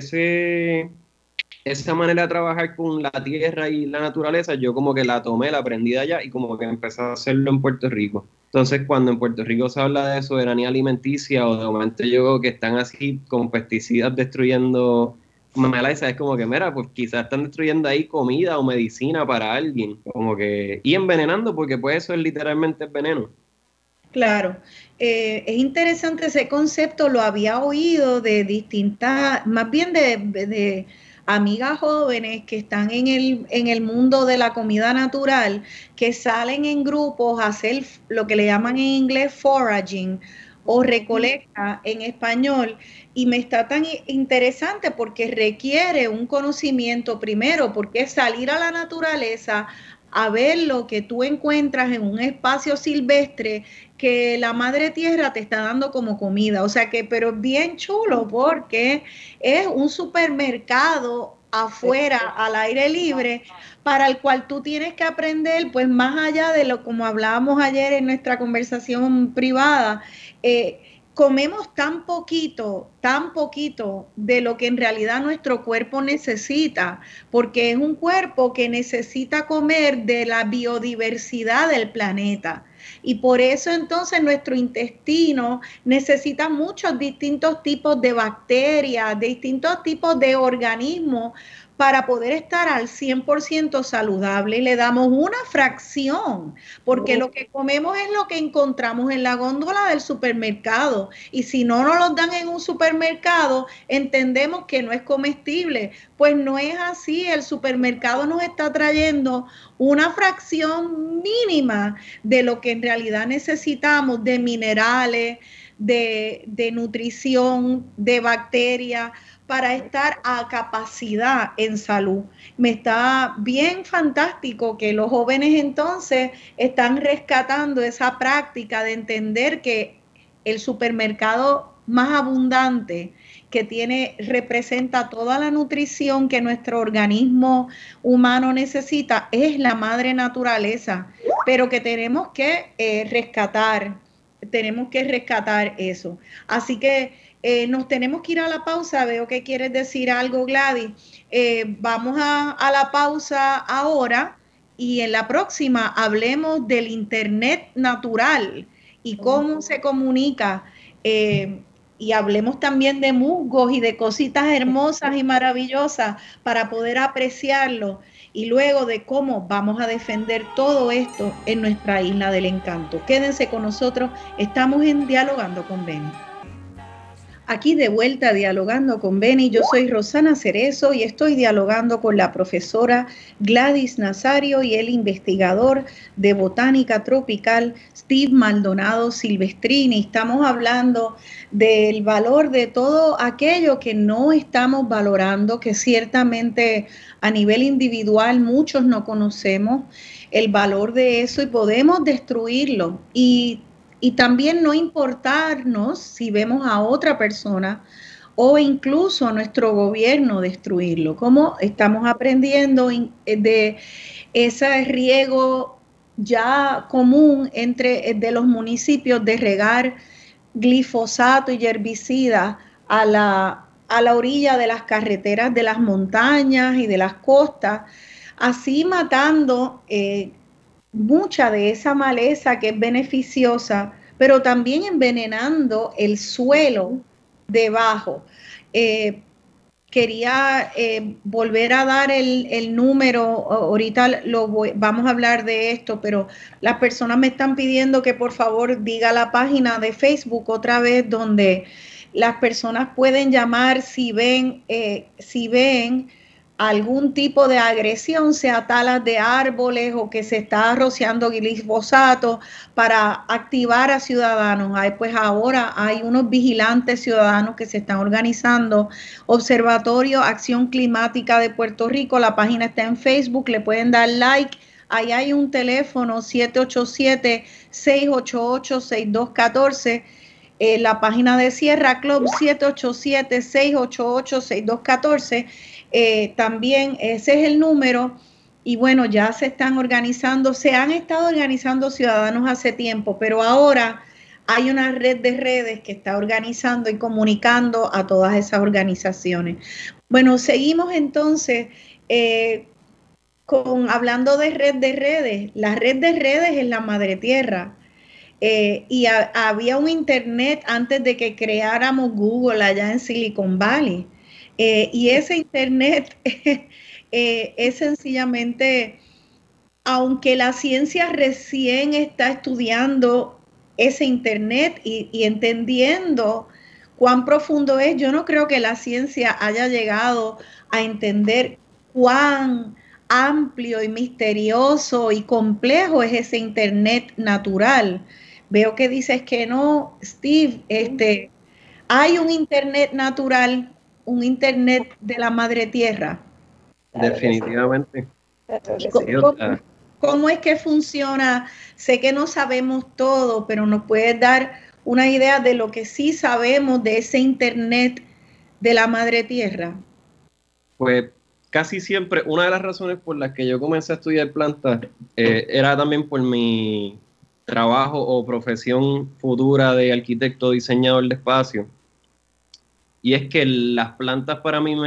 esa manera de trabajar con la tierra y la naturaleza, yo como que la tomé, la aprendí de allá y como que empecé a hacerlo en Puerto Rico. Entonces, cuando en Puerto Rico se habla de soberanía alimenticia o de momento yo veo que están así con pesticidas destruyendo maleza, es como que, mira, pues quizás están destruyendo ahí comida o medicina para alguien, como que, y envenenando, porque pues eso es literalmente veneno. Claro, es interesante ese concepto, lo había oído de distintas, más bien de amigas jóvenes que están en el mundo de la comida natural, que salen en grupos a hacer lo que le llaman en inglés foraging o recolecta en español, y me está tan interesante porque requiere un conocimiento primero, porque es salir a la naturaleza a ver lo que tú encuentras en un espacio silvestre que la madre tierra te está dando como comida. O sea que, pero es bien chulo porque es un supermercado afuera, al aire libre, para el cual tú tienes que aprender, pues más allá de lo como hablábamos ayer en nuestra conversación privada, comemos tan poquito de lo que en realidad nuestro cuerpo necesita, porque es un cuerpo que necesita comer de la biodiversidad del planeta. Y por eso entonces nuestro intestino necesita muchos distintos tipos de bacterias, de distintos tipos de organismos para poder estar al 100% saludable, y le damos una fracción, porque lo que comemos es lo que encontramos en la góndola del supermercado, y si no nos lo dan en un supermercado, entendemos que no es comestible. Pues no es así, el supermercado nos está trayendo una fracción mínima de lo que en realidad necesitamos, de minerales, de nutrición, de bacterias, para estar a capacidad en salud. Me está bien fantástico que los jóvenes entonces están rescatando esa práctica de entender que el supermercado más abundante que representa toda la nutrición que nuestro organismo humano necesita es la madre naturaleza, pero que tenemos que rescatar eso. Así que nos tenemos que ir a la pausa. Veo que quieres decir algo, Gladys. Vamos a la pausa ahora y en la próxima hablemos del Internet natural y cómo se comunica. Y hablemos también de musgos y de cositas hermosas y maravillosas para poder apreciarlo. Y luego de cómo vamos a defender todo esto en nuestra Isla del Encanto. Quédense con nosotros. Estamos en Dialogando con Beni. Aquí de vuelta Dialogando con Beni, yo soy Rosana Cerezo y estoy dialogando con la profesora Gladys Nazario y el investigador de botánica tropical Steve Maldonado Silvestrini. Estamos hablando del valor de todo aquello que no estamos valorando, que ciertamente a nivel individual muchos no conocemos el valor de eso y podemos destruirlo. Y también no importarnos si vemos a otra persona o incluso a nuestro gobierno destruirlo, como estamos aprendiendo de ese riego ya común de los municipios de regar glifosato y herbicida a la orilla de las carreteras de las montañas y de las costas, así matando mucha de esa maleza que es beneficiosa, pero también envenenando el suelo debajo. Quería volver a dar el número, ahorita vamos a hablar de esto, pero las personas me están pidiendo que por favor diga la página de Facebook otra vez, donde las personas pueden llamar si ven algún tipo de agresión, sea talas de árboles o que se está rociando glifosato, para activar a ciudadanos. Pues ahora hay unos vigilantes ciudadanos que se están organizando. Observatorio Acción Climática de Puerto Rico, la página está en Facebook, le pueden dar like. Ahí hay un teléfono 787-688-6214. La página de Sierra Club 787-688-6214. También ese es el número. Y bueno, ya se están organizando, se han estado organizando ciudadanos hace tiempo, pero ahora hay una red de redes que está organizando y comunicando a todas esas organizaciones. Bueno, seguimos entonces hablando de red de redes. La red de redes es la madre tierra. Y había un internet antes de que creáramos Google allá en Silicon Valley. Y ese internet es sencillamente, aunque la ciencia recién está estudiando ese internet y entendiendo cuán profundo es, yo no creo que la ciencia haya llegado a entender cuán amplio y misterioso y complejo es ese internet natural. Veo que dices que no, Steve. Hay un internet natural, un internet de la madre tierra. Definitivamente. ¿Cómo es que funciona? Sé que no sabemos todo, pero nos puedes dar una idea de lo que sí sabemos de ese internet de la madre tierra. Pues casi siempre, una de las razones por las que yo comencé a estudiar plantas era también por mi trabajo o profesión futura de arquitecto diseñador de espacio. Y es que las plantas para mí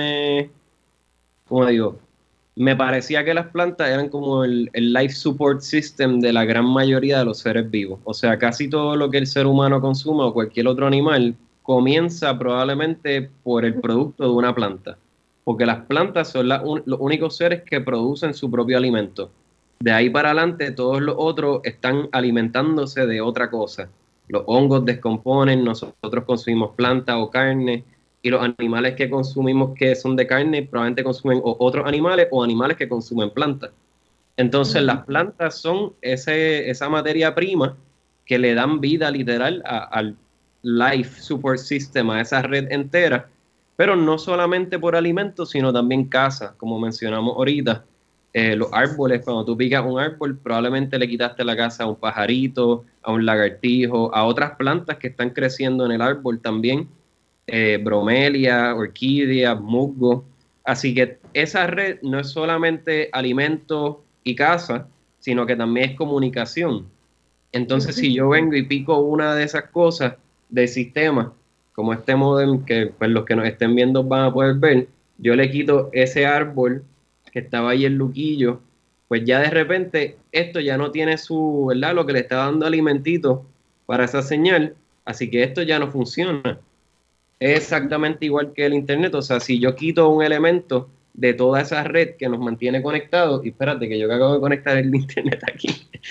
me parecía que las plantas eran como el life support system de la gran mayoría de los seres vivos. O sea, casi todo lo que el ser humano consume o cualquier otro animal comienza probablemente por el producto de una planta. porque las plantas son los únicos seres que producen su propio alimento. De ahí para adelante, todos los otros están alimentándose de otra cosa. Los hongos descomponen, nosotros consumimos planta o carne, y los animales que consumimos que son de carne probablemente consumen otros animales o animales que consumen plantas. Entonces las plantas son esa materia prima que le dan vida literal al life support system, a esa red entera, pero no solamente por alimentos, sino también casa, como mencionamos ahorita. Los árboles, cuando tú picas un árbol, probablemente le quitaste la casa a un pajarito, a un lagartijo, a otras plantas que están creciendo en el árbol también, bromelia, orquídeas, musgo. Así que esa red no es solamente alimento y casa, sino que también es comunicación. Entonces, si yo vengo y pico una de esas cosas del sistema, como este modem que pues, los que nos estén viendo van a poder ver, yo le quito ese árbol que estaba ahí en Luquillo, pues ya de repente esto ya no tiene su, ¿verdad? Lo que le está dando alimentito para esa señal, así que esto ya no funciona. Es exactamente igual que el internet, o sea, si yo quito un elemento de toda esa red que nos mantiene conectados, y espérate que yo que acabo de conectar el internet aquí.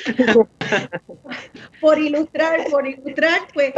Por ilustrar, pues.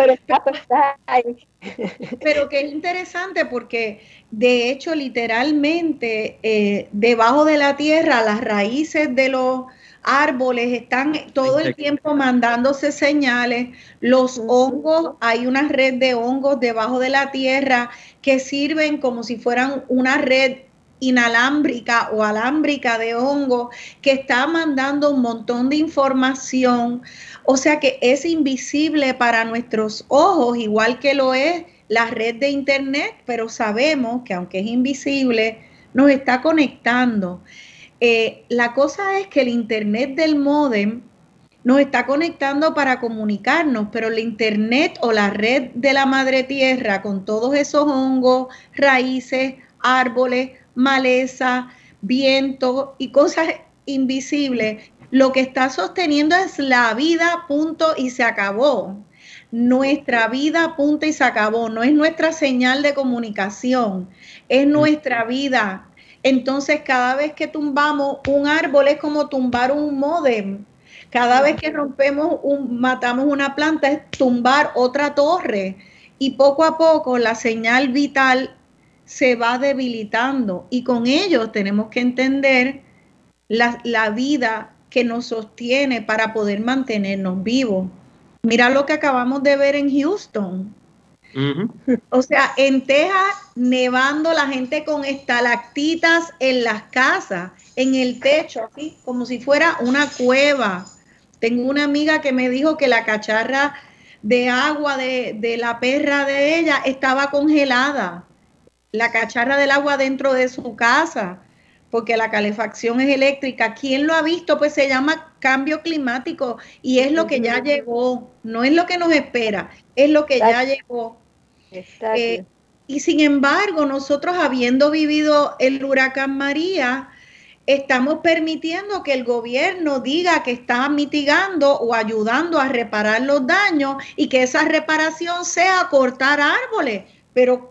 Pero que es interesante porque, de hecho, literalmente, debajo de la tierra, las raíces de los árboles están todo el tiempo mandándose señales. Los hongos, hay una red de hongos debajo de la tierra que sirven como si fueran una red inalámbrica o alámbrica de hongo que está mandando un montón de información, o sea que es invisible para nuestros ojos, igual que lo es la red de internet, pero sabemos que aunque es invisible, nos está conectando. La cosa es que el internet del módem nos está conectando para comunicarnos, pero el internet o la red de la madre tierra con todos esos hongos, raíces, árboles, maleza, viento y cosas invisibles, lo que está sosteniendo es la vida, punto, y se acabó. Nuestra vida, punto, y se acabó. No es nuestra señal de comunicación, es nuestra vida. Entonces, cada vez que tumbamos un árbol es como tumbar un módem. Cada vez que matamos una planta es tumbar otra torre. Y poco a poco la señal vital se va debilitando. Y con ello tenemos que entender la vida que nos sostiene para poder mantenernos vivos. Mira lo que acabamos de ver en Houston. O sea, en Texas, nevando, la gente con estalactitas en las casas, en el techo, así como si fuera una cueva. Tengo una amiga que me dijo que la cacharra de agua de la perra de ella estaba congelada. La cacharra del agua dentro de su casa, porque la calefacción es eléctrica. ¿Quién lo ha visto? Pues se llama cambio climático y es lo que ya llegó, no es lo que nos espera, es lo que ya llegó. Y sin embargo, nosotros habiendo vivido el huracán María, estamos permitiendo que el gobierno diga que está mitigando o ayudando a reparar los daños y que esa reparación sea cortar árboles, pero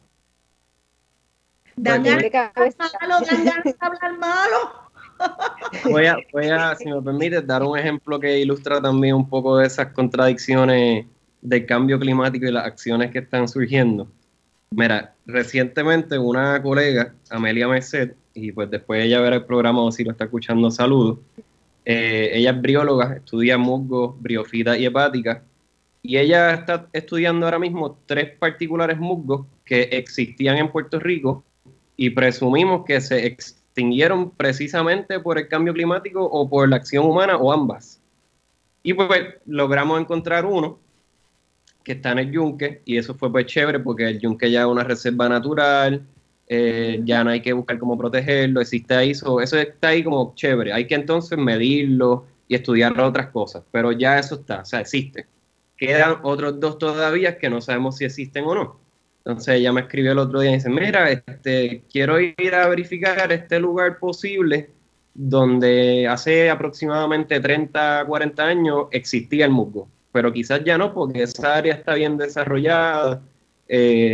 dan ganas de hablar malo. Voy a, si me permite, dar un ejemplo que ilustra también un poco de esas contradicciones del cambio climático y las acciones que están surgiendo. Mira, recientemente una colega, Amelia Merced, y pues después ella verá el programa o si lo está escuchando, saludos. Ella es brióloga, estudia musgos, briófitas y hepática, y ella está estudiando ahora mismo 3 particulares musgos que existían en Puerto Rico y presumimos que se extinguieron precisamente por el cambio climático o por la acción humana o ambas. Y pues logramos encontrar uno que está en el Yunque, y eso fue pues chévere porque el Yunque ya es una reserva natural, ya no hay que buscar cómo protegerlo, existe ahí, eso está ahí como chévere, hay que entonces medirlo y estudiar otras cosas, pero ya eso está, o sea, existe. Quedan otros 2 todavía que no sabemos si existen o no. Entonces ella me escribió el otro día y dice, mira, quiero ir a verificar este lugar posible donde hace aproximadamente 30, 40 años existía el musgo, pero quizás ya no, porque esa área está bien desarrollada,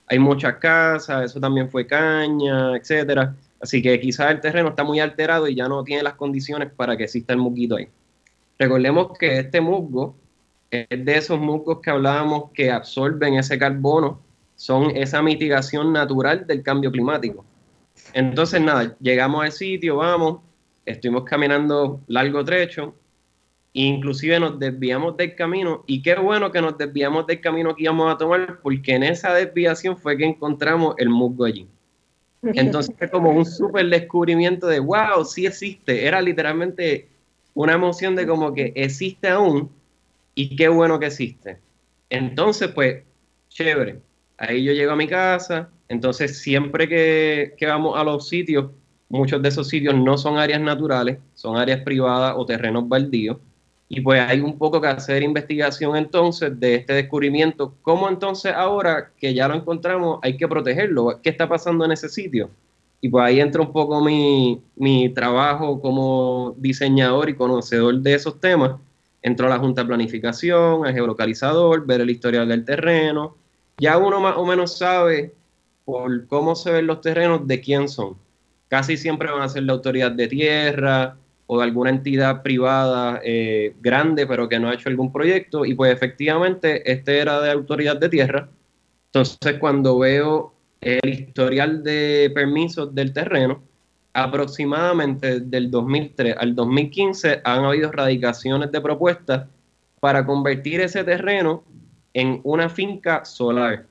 hay muchas casas, eso también fue caña, etcétera. Así que quizás el terreno está muy alterado y ya no tiene las condiciones para que exista el musguito ahí. Recordemos que este musgo es de esos musgos que hablábamos que absorben ese carbono, son esa mitigación natural del cambio climático. Entonces, nada, llegamos al sitio, vamos, estuvimos caminando largo trecho, inclusive nos desviamos del camino, y qué bueno que nos desviamos del camino que íbamos a tomar, porque en esa desviación fue que encontramos el musgo allí. Entonces fue como un súper descubrimiento de wow, sí existe. Era literalmente una emoción de como que existe aún y qué bueno que existe. Entonces, pues, chévere. Ahí yo llego a mi casa. Entonces, siempre que vamos a los sitios, muchos de esos sitios no son áreas naturales, son áreas privadas o terrenos baldíos. Y pues hay un poco que hacer investigación entonces de este descubrimiento. ¿Cómo entonces ahora que ya lo encontramos hay que protegerlo? ¿Qué está pasando en ese sitio? Y pues ahí entra un poco mi trabajo como diseñador y conocedor de esos temas. Entró a la Junta de Planificación, al geolocalizador, ver el historial del terreno. Ya uno más o menos sabe por cómo se ven los terrenos de quién son. Casi siempre van a ser la autoridad de tierra o de alguna entidad privada grande, pero que no ha hecho algún proyecto, y pues efectivamente este era de autoridad de tierra. Entonces cuando veo el historial de permisos del terreno, aproximadamente del 2003 al 2015 han habido radicaciones de propuestas para convertir ese terreno en una finca solar.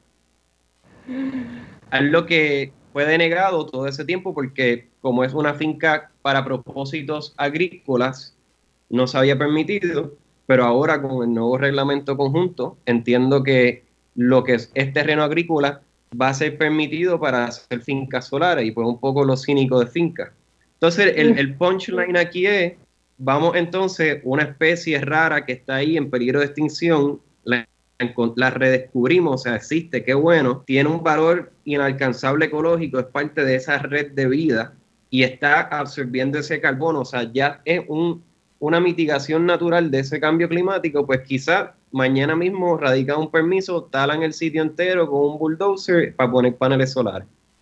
Es lo que fue denegado todo ese tiempo porque como es una finca para propósitos agrícolas, no se había permitido, pero ahora con el nuevo reglamento conjunto entiendo que lo que es terreno agrícola va a ser permitido para hacer fincas solares y pues un poco lo cínico de fincas. Entonces el punchline aquí es, vamos entonces, una especie rara que está ahí en peligro de extinción, la redescubrimos, o sea, existe, qué bueno, tiene un valor inalcanzable ecológico, es parte de esa red de vida y está absorbiendo ese carbono, o sea, ya es una mitigación natural de ese cambio climático, pues quizás mañana mismo radican un permiso, talan el sitio entero con un bulldozer para poner paneles solares.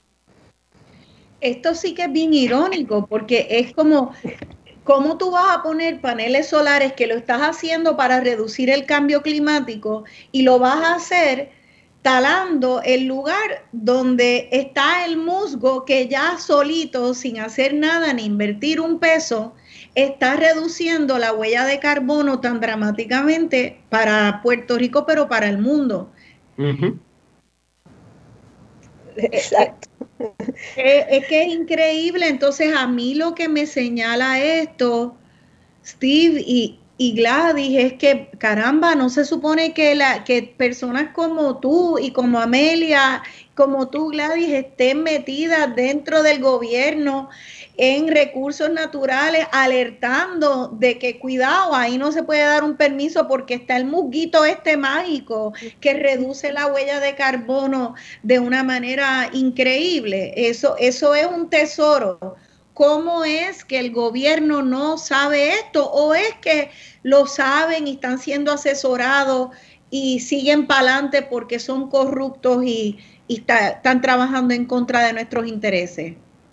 Esto sí que es bien irónico, porque es como, ¿cómo tú vas a poner paneles solares que lo estás haciendo para reducir el cambio climático y lo vas a hacer talando el lugar donde está el musgo que ya solito, sin hacer nada ni invertir un peso, está reduciendo la huella de carbono tan dramáticamente para Puerto Rico, pero para el mundo? Uh-huh. Exacto. Es que es increíble. Entonces a mí lo que me señala esto, Steve y Gladys, es que caramba, no se supone que personas como tú y como Amelia, como tú, Gladys, estén metidas dentro del gobierno en recursos naturales, alertando de que cuidado, ahí no se puede dar un permiso porque está el musguito este mágico que reduce la huella de carbono de una manera increíble. Eso es un tesoro. ¿Cómo es que el gobierno no sabe esto? ¿O es que lo saben y están siendo asesorados y siguen para adelante porque son corruptos y están trabajando en contra de nuestros intereses?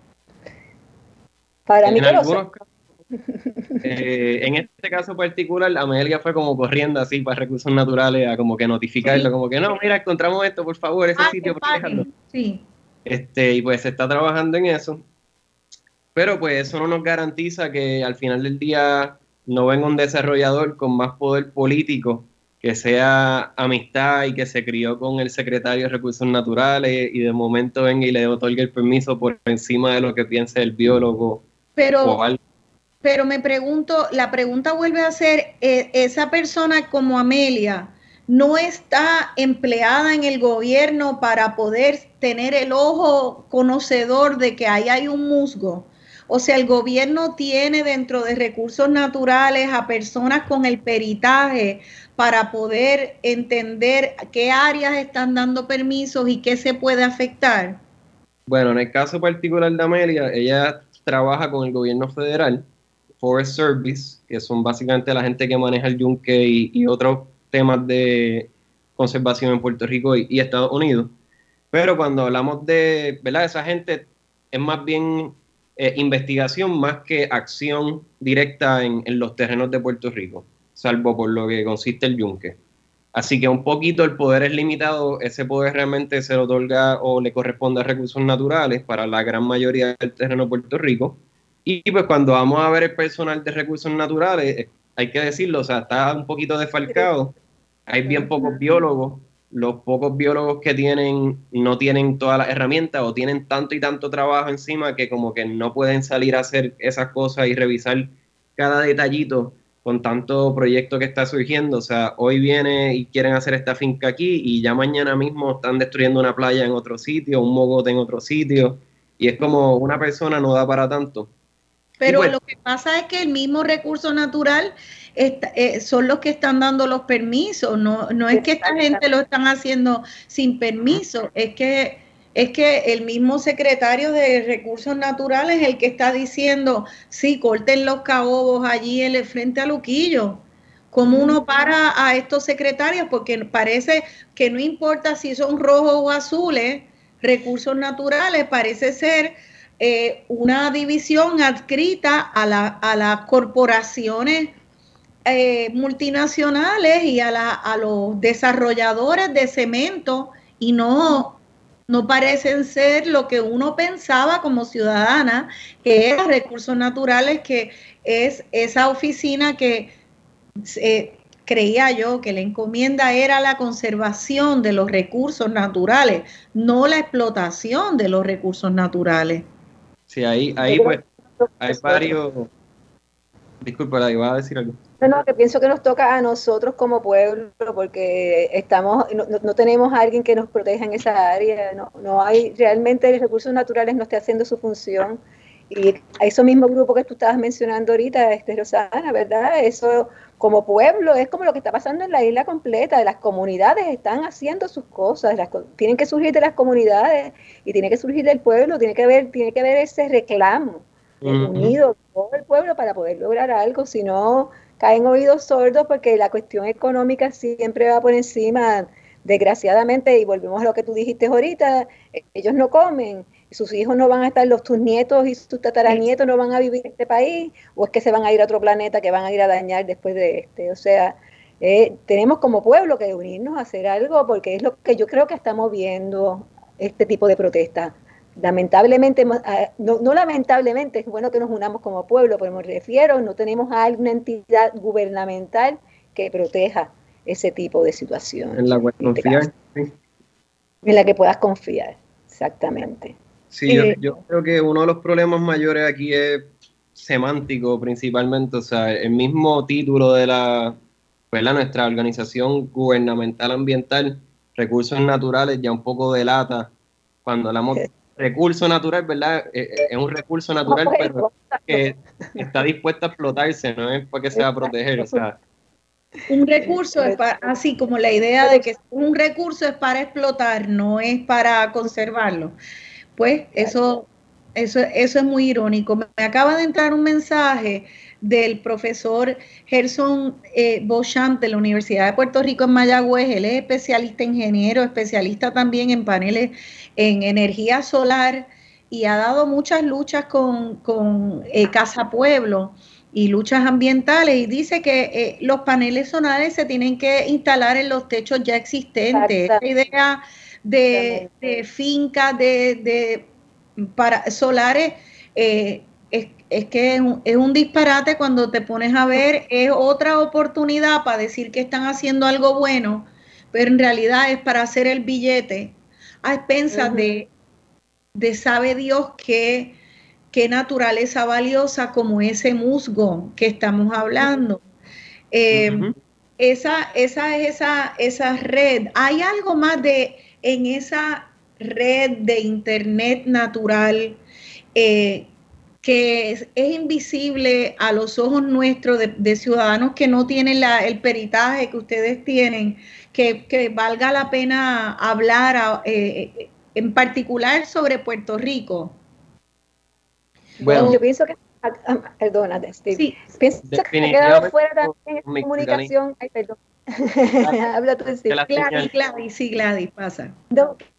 Para mí En que lo algunos casos, en este caso particular, Amelia fue como corriendo así para recursos naturales a como que notificarlo, como que no, mira, encontramos esto, por favor, ese sitio, protéjanlo. Sí. Y pues se está trabajando en eso. Pero pues eso no nos garantiza que al final del día no venga un desarrollador con más poder político, que sea amistad y que se crió con el secretario de Recursos Naturales y de momento venga y le otorgue el permiso por encima de lo que piense el biólogo o algo. Pero me pregunto, la pregunta vuelve a ser, esa persona como Amelia no está empleada en el gobierno para poder tener el ojo conocedor de que ahí hay un musgo. O sea, el gobierno tiene dentro de recursos naturales a personas con el peritaje para poder entender qué áreas están dando permisos y qué se puede afectar. Bueno, en el caso particular de Amelia, ella trabaja con el gobierno federal, Forest Service, que son básicamente la gente que maneja el yunque y otros temas de conservación en Puerto Rico y Estados Unidos. Pero cuando hablamos de, ¿verdad? Esa gente es más bien investigación más que acción directa en los terrenos de Puerto Rico, salvo por lo que consiste el yunque. Así que un poquito el poder es limitado, ese poder realmente se lo otorga o le corresponde a recursos naturales para la gran mayoría del terreno de Puerto Rico. Y pues cuando vamos a ver el personal de recursos naturales, hay que decirlo, o sea, está un poquito desfalcado, hay bien pocos biólogos, los pocos biólogos que tienen no tienen todas las herramientas o tienen tanto y tanto trabajo encima que como que no pueden salir a hacer esas cosas y revisar cada detallito con tanto proyecto que está surgiendo. O sea, hoy viene y quieren hacer esta finca aquí y ya mañana mismo están destruyendo una playa en otro sitio, un mogote en otro sitio, y es como una persona no da para tanto. Pero pues, lo que pasa es que el mismo recurso natural son los que están dando los permisos, no es que esta gente lo están haciendo sin permiso, es que el mismo secretario de Recursos Naturales es el que está diciendo, sí, corten los caobos allí en el frente a Luquillo. ¿Cómo uno para a estos secretarios? Porque parece que no importa si son rojos o azules, Recursos Naturales parece ser una división adscrita a las corporaciones multinacionales y a los desarrolladores de cemento, y no parecen ser lo que uno pensaba como ciudadana, que era Recursos Naturales, que es esa oficina que creía yo que la encomienda era la conservación de los recursos naturales, no la explotación de los recursos naturales. Sí, ahí pues hay varios. Disculpa, iba a decir algo. No, que pienso que nos toca a nosotros como pueblo, porque no tenemos a alguien que nos proteja en esa área, no hay, realmente los recursos naturales no está haciendo su función. Y a esos mismos grupos que tú estabas mencionando ahorita, Rosana, ¿verdad? Eso como pueblo es como lo que está pasando en la isla completa. Las comunidades están haciendo sus cosas, tienen que surgir de las comunidades y tiene que surgir del pueblo, tiene que haber ese reclamo unido todo el pueblo para poder lograr algo. Si no, caen oídos sordos, porque la cuestión económica siempre va por encima, desgraciadamente, y volvemos a lo que tú dijiste ahorita, ellos no comen, sus hijos no van a estar, tus nietos y sus tataranietos no van a vivir en este país, o es que se van a ir a otro planeta que van a ir a dañar después de este. O sea, tenemos como pueblo que unirnos a hacer algo, porque es lo que yo creo que estamos viendo, este tipo de protestas. Lamentablemente, no lamentablemente, es bueno que nos unamos como pueblo, pero me refiero, no tenemos a alguna entidad gubernamental que proteja ese tipo de situaciones. En la cual confiar. Sí. En la que puedas confiar, exactamente. Sí, yo creo que uno de los problemas mayores aquí es semántico principalmente, o sea, el mismo título de nuestra organización gubernamental ambiental, Recursos Naturales, ya un poco delata cuando hablamos de recurso natural, ¿verdad? Es un recurso natural, pero que está dispuesto a explotarse, no es porque se va a proteger, o sea. Un recurso es así como la idea de que un recurso es para explotar, no es para conservarlo. Pues eso es muy irónico. Me acaba de entrar un mensaje del profesor Gerson Beauchamp de la Universidad de Puerto Rico en Mayagüez. Él es especialista ingeniero, especialista también en paneles en energía solar, y ha dado muchas luchas con Casa Pueblo y luchas ambientales, y dice que los paneles solares se tienen que instalar en los techos ya existentes. Esta idea de fincas para solares es que es un disparate. Cuando te pones a ver, es otra oportunidad para decir que están haciendo algo bueno, pero en realidad es para hacer el billete a expensas de sabe Dios qué naturaleza valiosa, como ese musgo que estamos hablando. Esa red. Hay algo más en esa red de internet natural que es invisible a los ojos nuestros de ciudadanos que no tienen el peritaje que ustedes tienen, que valga la pena hablar en particular sobre Puerto Rico. Bueno, yo pienso que, perdónate, Steve. Sí, pienso que ha quedado fuera también esta comunicación. Ay, perdón. Habla tú, Steve. Gladys, pasa. No,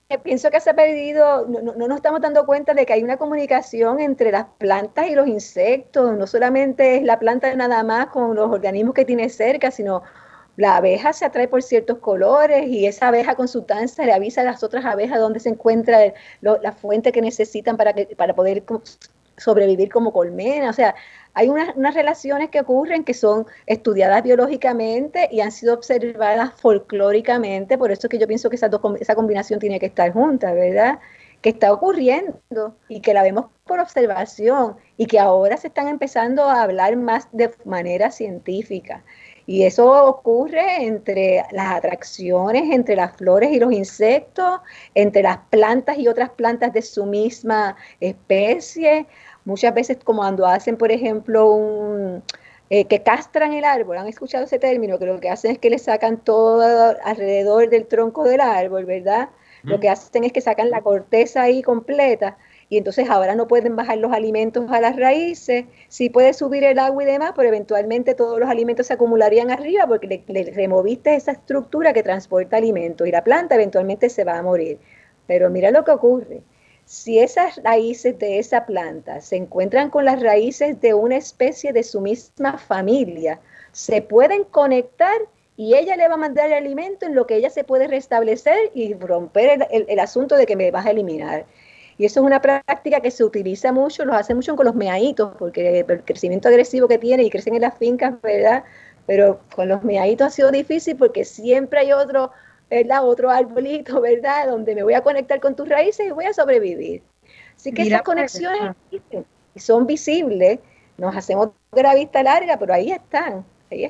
pienso que se ha perdido, no nos estamos dando cuenta de que hay una comunicación entre las plantas y los insectos, no solamente es la planta nada más con los organismos que tiene cerca, sino la abeja se atrae por ciertos colores y esa abeja con su danza le avisa a las otras abejas dónde se encuentra la fuente que necesitan para poder sobrevivir como colmena. O sea, hay unas relaciones que ocurren que son estudiadas biológicamente y han sido observadas folclóricamente, por eso es que yo pienso que esa combinación tiene que estar junta, ¿verdad? Que está ocurriendo y que la vemos por observación y que ahora se están empezando a hablar más de manera científica. Y eso ocurre entre las atracciones, entre las flores y los insectos, entre las plantas y otras plantas de su misma especie. Muchas veces como cuando hacen, por ejemplo, que castran el árbol, ¿han escuchado ese término? Que lo que hacen es que le sacan todo alrededor del tronco del árbol, ¿verdad? Lo que hacen es que sacan la corteza ahí completa y entonces ahora no pueden bajar los alimentos a las raíces, sí puede subir el agua y demás, pero eventualmente todos los alimentos se acumularían arriba porque le removiste esa estructura que transporta alimentos y la planta eventualmente se va a morir. Pero mira lo que ocurre. Si esas raíces de esa planta se encuentran con las raíces de una especie de su misma familia, se pueden conectar y ella le va a mandar el alimento en lo que ella se puede restablecer y romper el asunto de que me vas a eliminar. Y eso es una práctica que se utiliza mucho, lo hace mucho con los meaditos, porque el crecimiento agresivo que tiene y crecen en las fincas, ¿verdad? Pero con los meaditos ha sido difícil porque siempre hay otro, ¿verdad? Otro arbolito, ¿verdad? Donde me voy a conectar con tus raíces y voy a sobrevivir. Así que esas conexiones existen y son visibles, nos hacemos de la vista larga, pero ahí están,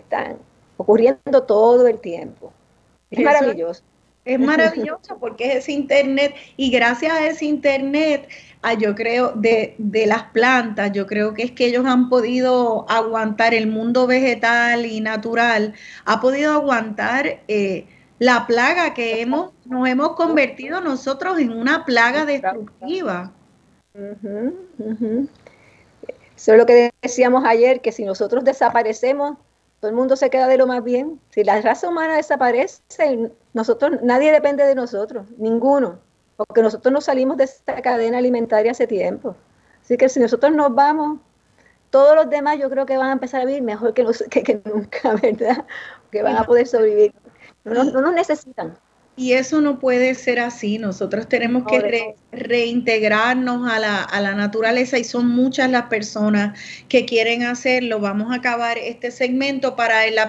ocurriendo todo el tiempo. Es maravilloso. Es maravilloso porque es ese internet y gracias a ese internet, yo creo, de las plantas, yo creo que es que ellos han podido aguantar el mundo vegetal y natural, ha podido aguantar la plaga que nos hemos convertido nosotros en una plaga destructiva. Eso es lo que decíamos ayer, que si nosotros desaparecemos, todo el mundo se queda de lo más bien. Si la raza humana desaparece, nadie depende de nosotros, ninguno, porque nosotros nos salimos de esta cadena alimentaria hace tiempo. Así que si nosotros nos vamos, todos los demás yo creo que van a empezar a vivir mejor que nunca, ¿verdad? Que van a poder sobrevivir. No nos necesitan. Y eso no puede ser así, nosotros tenemos que reintegrarnos a la naturaleza y son muchas las personas que quieren hacerlo. Vamos a acabar este segmento para en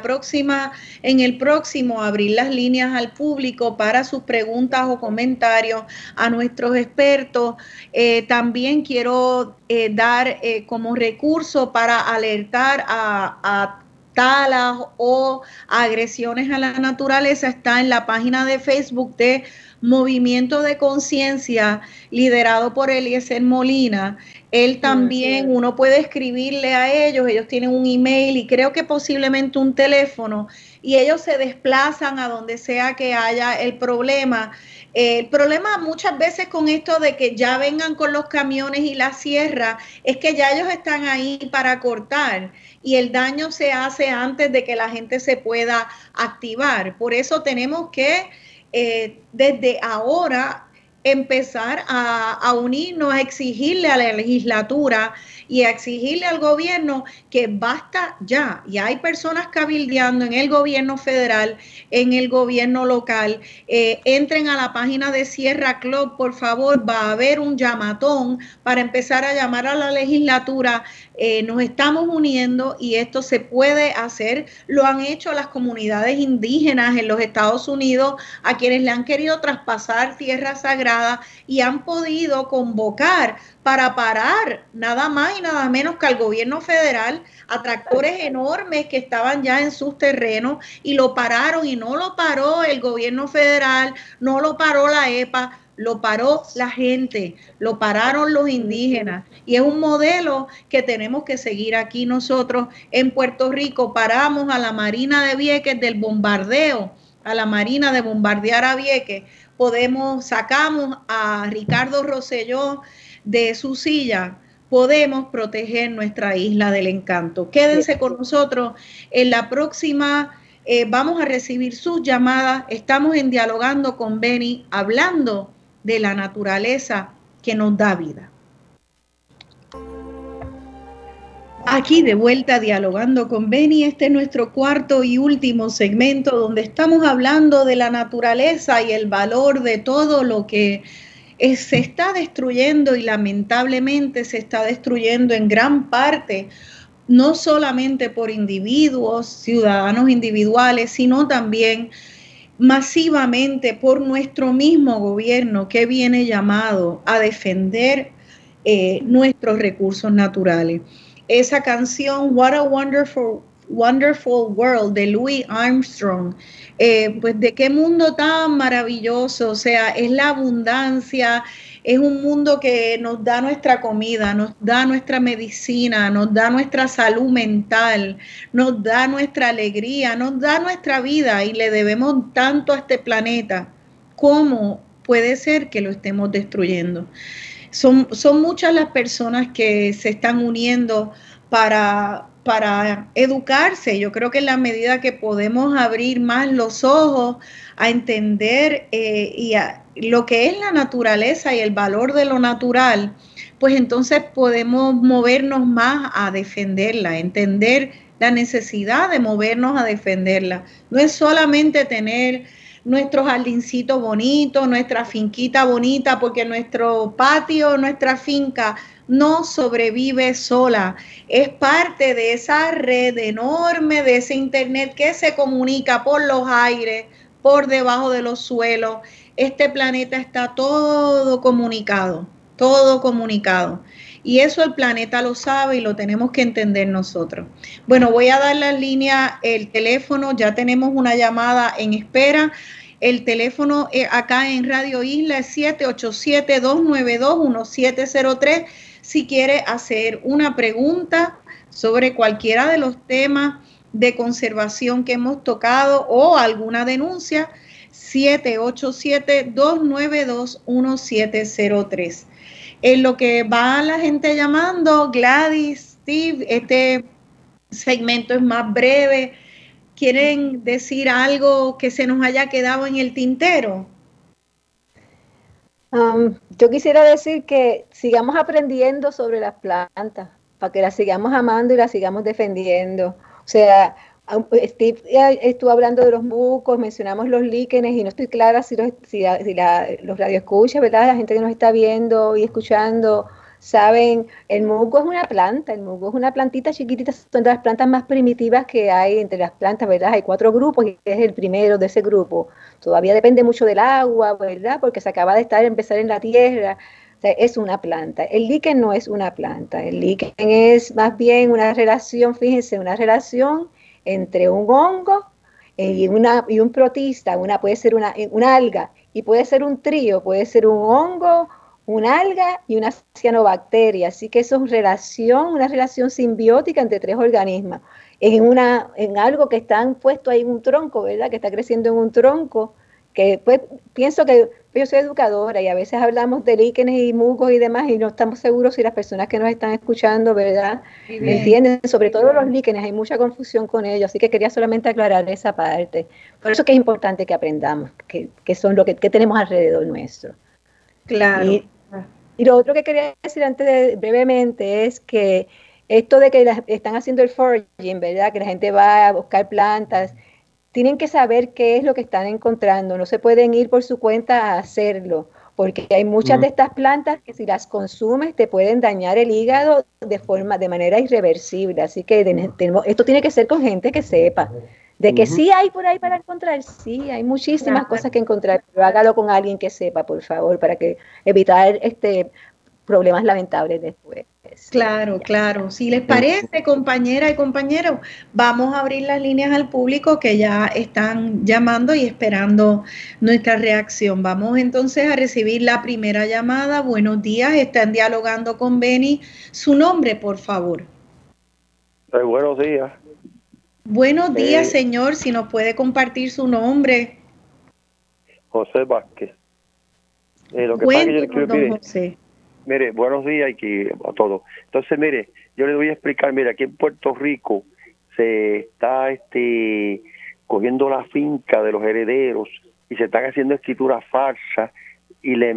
el próximo abrir las líneas al público para sus preguntas o comentarios a nuestros expertos. También quiero dar como recurso para alertar a talas o agresiones a la naturaleza, está en la página de Facebook de Movimiento de Conciencia, liderado por Eliezer Molina. Él también, uno puede escribirle a ellos tienen un email y creo que posiblemente un teléfono, y ellos se desplazan a donde sea que haya el problema. El problema muchas veces con esto de que ya vengan con los camiones y la sierra, es que ya ellos están ahí para cortar y el daño se hace antes de que la gente se pueda activar. Por eso tenemos que desde ahora empezar a unirnos, a exigirle a la legislatura y a exigirle al gobierno que basta ya. Y hay personas cabildeando en el gobierno federal, en el gobierno local. Entren a la página de Sierra Club, por favor, va a haber un llamatón para empezar a llamar a la legislatura. Nos estamos uniendo y esto se puede hacer. Lo han hecho las comunidades indígenas en los Estados Unidos, a quienes le han querido traspasar tierra sagrada y han podido convocar para parar nada más y nada menos que al gobierno federal a tractores enormes que estaban ya en sus terrenos y lo pararon, y no lo paró el gobierno federal, no lo paró la EPA, lo paró la gente, lo pararon los indígenas, y es un modelo que tenemos que seguir aquí nosotros en Puerto Rico. Paramos a la Marina de Vieques del bombardeo, a la Marina de bombardear a Vieques. Sacamos a Ricardo Rosselló de su silla, podemos proteger nuestra isla del encanto. Quédense con nosotros en la próxima. Vamos a recibir sus llamadas. Estamos en Dialogando con Beni, hablando de la naturaleza que nos da vida. Aquí de vuelta dialogando con Beni, este es nuestro cuarto y último segmento donde estamos hablando de la naturaleza y el valor de todo lo que se está destruyendo y lamentablemente se está destruyendo en gran parte, no solamente por individuos, ciudadanos individuales, sino también masivamente por nuestro mismo gobierno que viene llamado a defender nuestros recursos naturales. Esa canción What a Wonderful World de Louis Armstrong, pues de qué mundo tan maravilloso, o sea, es la abundancia, es un mundo que nos da nuestra comida, nos da nuestra medicina, nos da nuestra salud mental, nos da nuestra alegría, nos da nuestra vida y le debemos tanto a este planeta. ¿Cómo puede ser que lo estemos destruyendo? Son muchas las personas que se están uniendo para educarse. Yo creo que en la medida que podemos abrir más los ojos a entender lo que es la naturaleza y el valor de lo natural, pues entonces podemos movernos más a defenderla, entender la necesidad de movernos a defenderla. No es solamente tener nuestro jardincito bonito, nuestra finquita bonita, porque nuestro patio, nuestra finca no sobrevive sola. Es parte de esa red enorme, de ese internet que se comunica por los aires, por debajo de los suelos. Este planeta está todo comunicado, todo comunicado. Y eso el planeta lo sabe y lo tenemos que entender nosotros. Bueno, voy a dar las líneas, el teléfono, ya tenemos una llamada en espera. El teléfono acá en Radio Isla es 787-292-1703. Si quiere hacer una pregunta sobre cualquiera de los temas de conservación que hemos tocado o alguna denuncia, 787-292-1703. En lo que va la gente llamando, Gladys, Steve, este segmento es más breve. ¿Quieren decir algo que se nos haya quedado en el tintero? Yo quisiera decir que sigamos aprendiendo sobre las plantas, para que las sigamos amando y las sigamos defendiendo. O sea, Steve estuvo hablando de los mucos, mencionamos los líquenes y no estoy clara si los radioescuchas, ¿verdad? La gente que nos está viendo y escuchando saben, el musgo es una planta, el musgo es una plantita chiquitita, son de las plantas más primitivas que hay entre las plantas, ¿verdad? Hay 4 grupos y es el primero de ese grupo. Todavía depende mucho del agua, ¿verdad? Porque se acaba de empezar en la tierra. O sea, es una planta. El líquen no es una planta. El líquen es más bien una relación, fíjense, una relación entre un hongo y un protista. Puede ser una alga y puede ser un trío, puede ser un hongo, un alga y una cianobacteria. Así que eso es una relación simbiótica entre 3 organismos. En algo que está puesto ahí en un tronco, ¿verdad? Que está creciendo en un tronco, que pues pienso que yo soy educadora y a veces hablamos de líquenes y musgos y demás y no estamos seguros si las personas que nos están escuchando, ¿verdad? Entienden, sobre todo los líquenes, hay mucha confusión con ellos, así que quería solamente aclarar esa parte. Por eso que es importante que aprendamos, que son lo que tenemos alrededor nuestro. Claro. Y lo otro que quería decir brevemente es que esto de que están haciendo el foraging, ¿verdad? Que la gente va a buscar plantas, tienen que saber qué es lo que están encontrando, no se pueden ir por su cuenta a hacerlo, porque hay muchas de estas plantas que si las consumes te pueden dañar el hígado de manera irreversible, así que esto tiene que ser con gente que sepa. De que sí hay por ahí para encontrar, sí, hay muchísimas cosas que encontrar, pero hágalo con alguien que sepa, por favor, para que evitar problemas lamentables después. Claro, claro. Si les parece, compañera y compañero, vamos a abrir las líneas al público que ya están llamando y esperando nuestra reacción. Vamos entonces a recibir la primera llamada. Buenos días, están dialogando con Beni. Su nombre, por favor. Buenos días. Buenos días, señor, si nos puede compartir su nombre. José Vázquez. Lo que pasa es que yo quiero, José. Mire, buenos días y a todos. Entonces, mire, yo le voy a explicar, mire, aquí en Puerto Rico se está cogiendo la finca de los herederos y se están haciendo escrituras falsas y le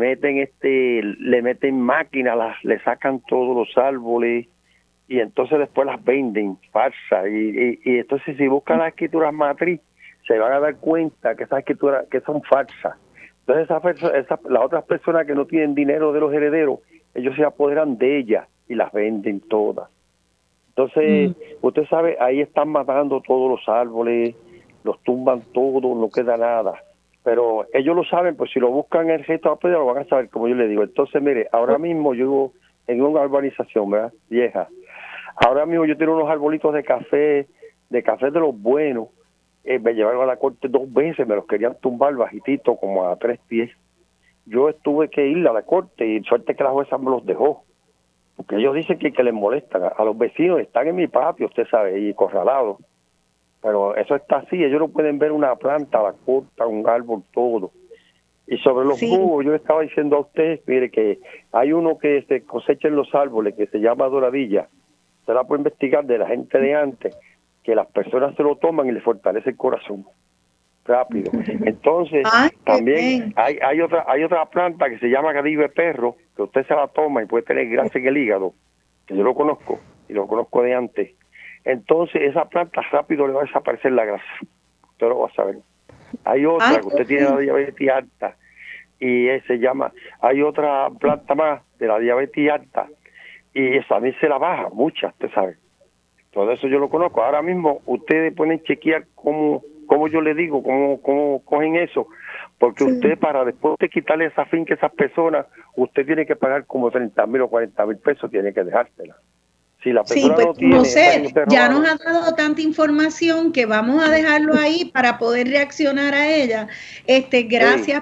meten máquinas, le sacan todos los árboles y entonces después las venden falsas y entonces si buscan las escrituras matriz se van a dar cuenta que esas escrituras que son falsas. Entonces las otras personas que no tienen dinero de los herederos, ellos se apoderan de ellas y las venden todas. Entonces, usted sabe, ahí están matando todos los árboles, los tumban todo, no queda nada. Pero ellos lo saben, pues si lo buscan en el registro de la propiedad lo van a saber, como yo le digo. Entonces, mire, ahora mismo yo vivo en una urbanización, ¿verdad? Vieja. Ahora mismo yo tengo unos arbolitos de café de los buenos. Me llevaron a la corte 2 veces, me los querían tumbar bajitito, como a 3 pies. Yo tuve que ir a la corte y suerte que la jueza me los dejó. Porque ellos dicen que les molestan. A los vecinos están en mi patio, usted sabe, y corralados. Pero eso está así, ellos no pueden ver una planta, la corta, un árbol, todo. Y sobre los jugos, yo le estaba diciendo a usted, mire, que hay uno que se cosecha en los árboles, que se llama doradilla. Usted la puede investigar de la gente de antes, que las personas se lo toman y les fortalece el corazón. Rápido. Entonces, también hay otra planta que se llama caribe perro, que usted se la toma y puede tener grasa en el hígado, que yo lo conozco, y lo conozco de antes. Entonces, esa planta rápido le va a desaparecer la grasa. Usted lo va a saber. Hay otra que usted tiene la diabetes alta, y se llama, hay otra planta más de la diabetes alta, y esa a mí se la baja, muchas, usted sabe. Todo eso yo lo conozco. Ahora mismo, ustedes pueden chequear cómo yo le digo, cómo cogen eso, porque usted para después de quitarle esa finca a esas personas, usted tiene que pagar como 30,000 o 40,000 pesos, tiene que dejársela. Si la persona pues, no tiene, no sé, ya nos ha dado tanta información que vamos a dejarlo ahí para poder reaccionar a ella. Gracias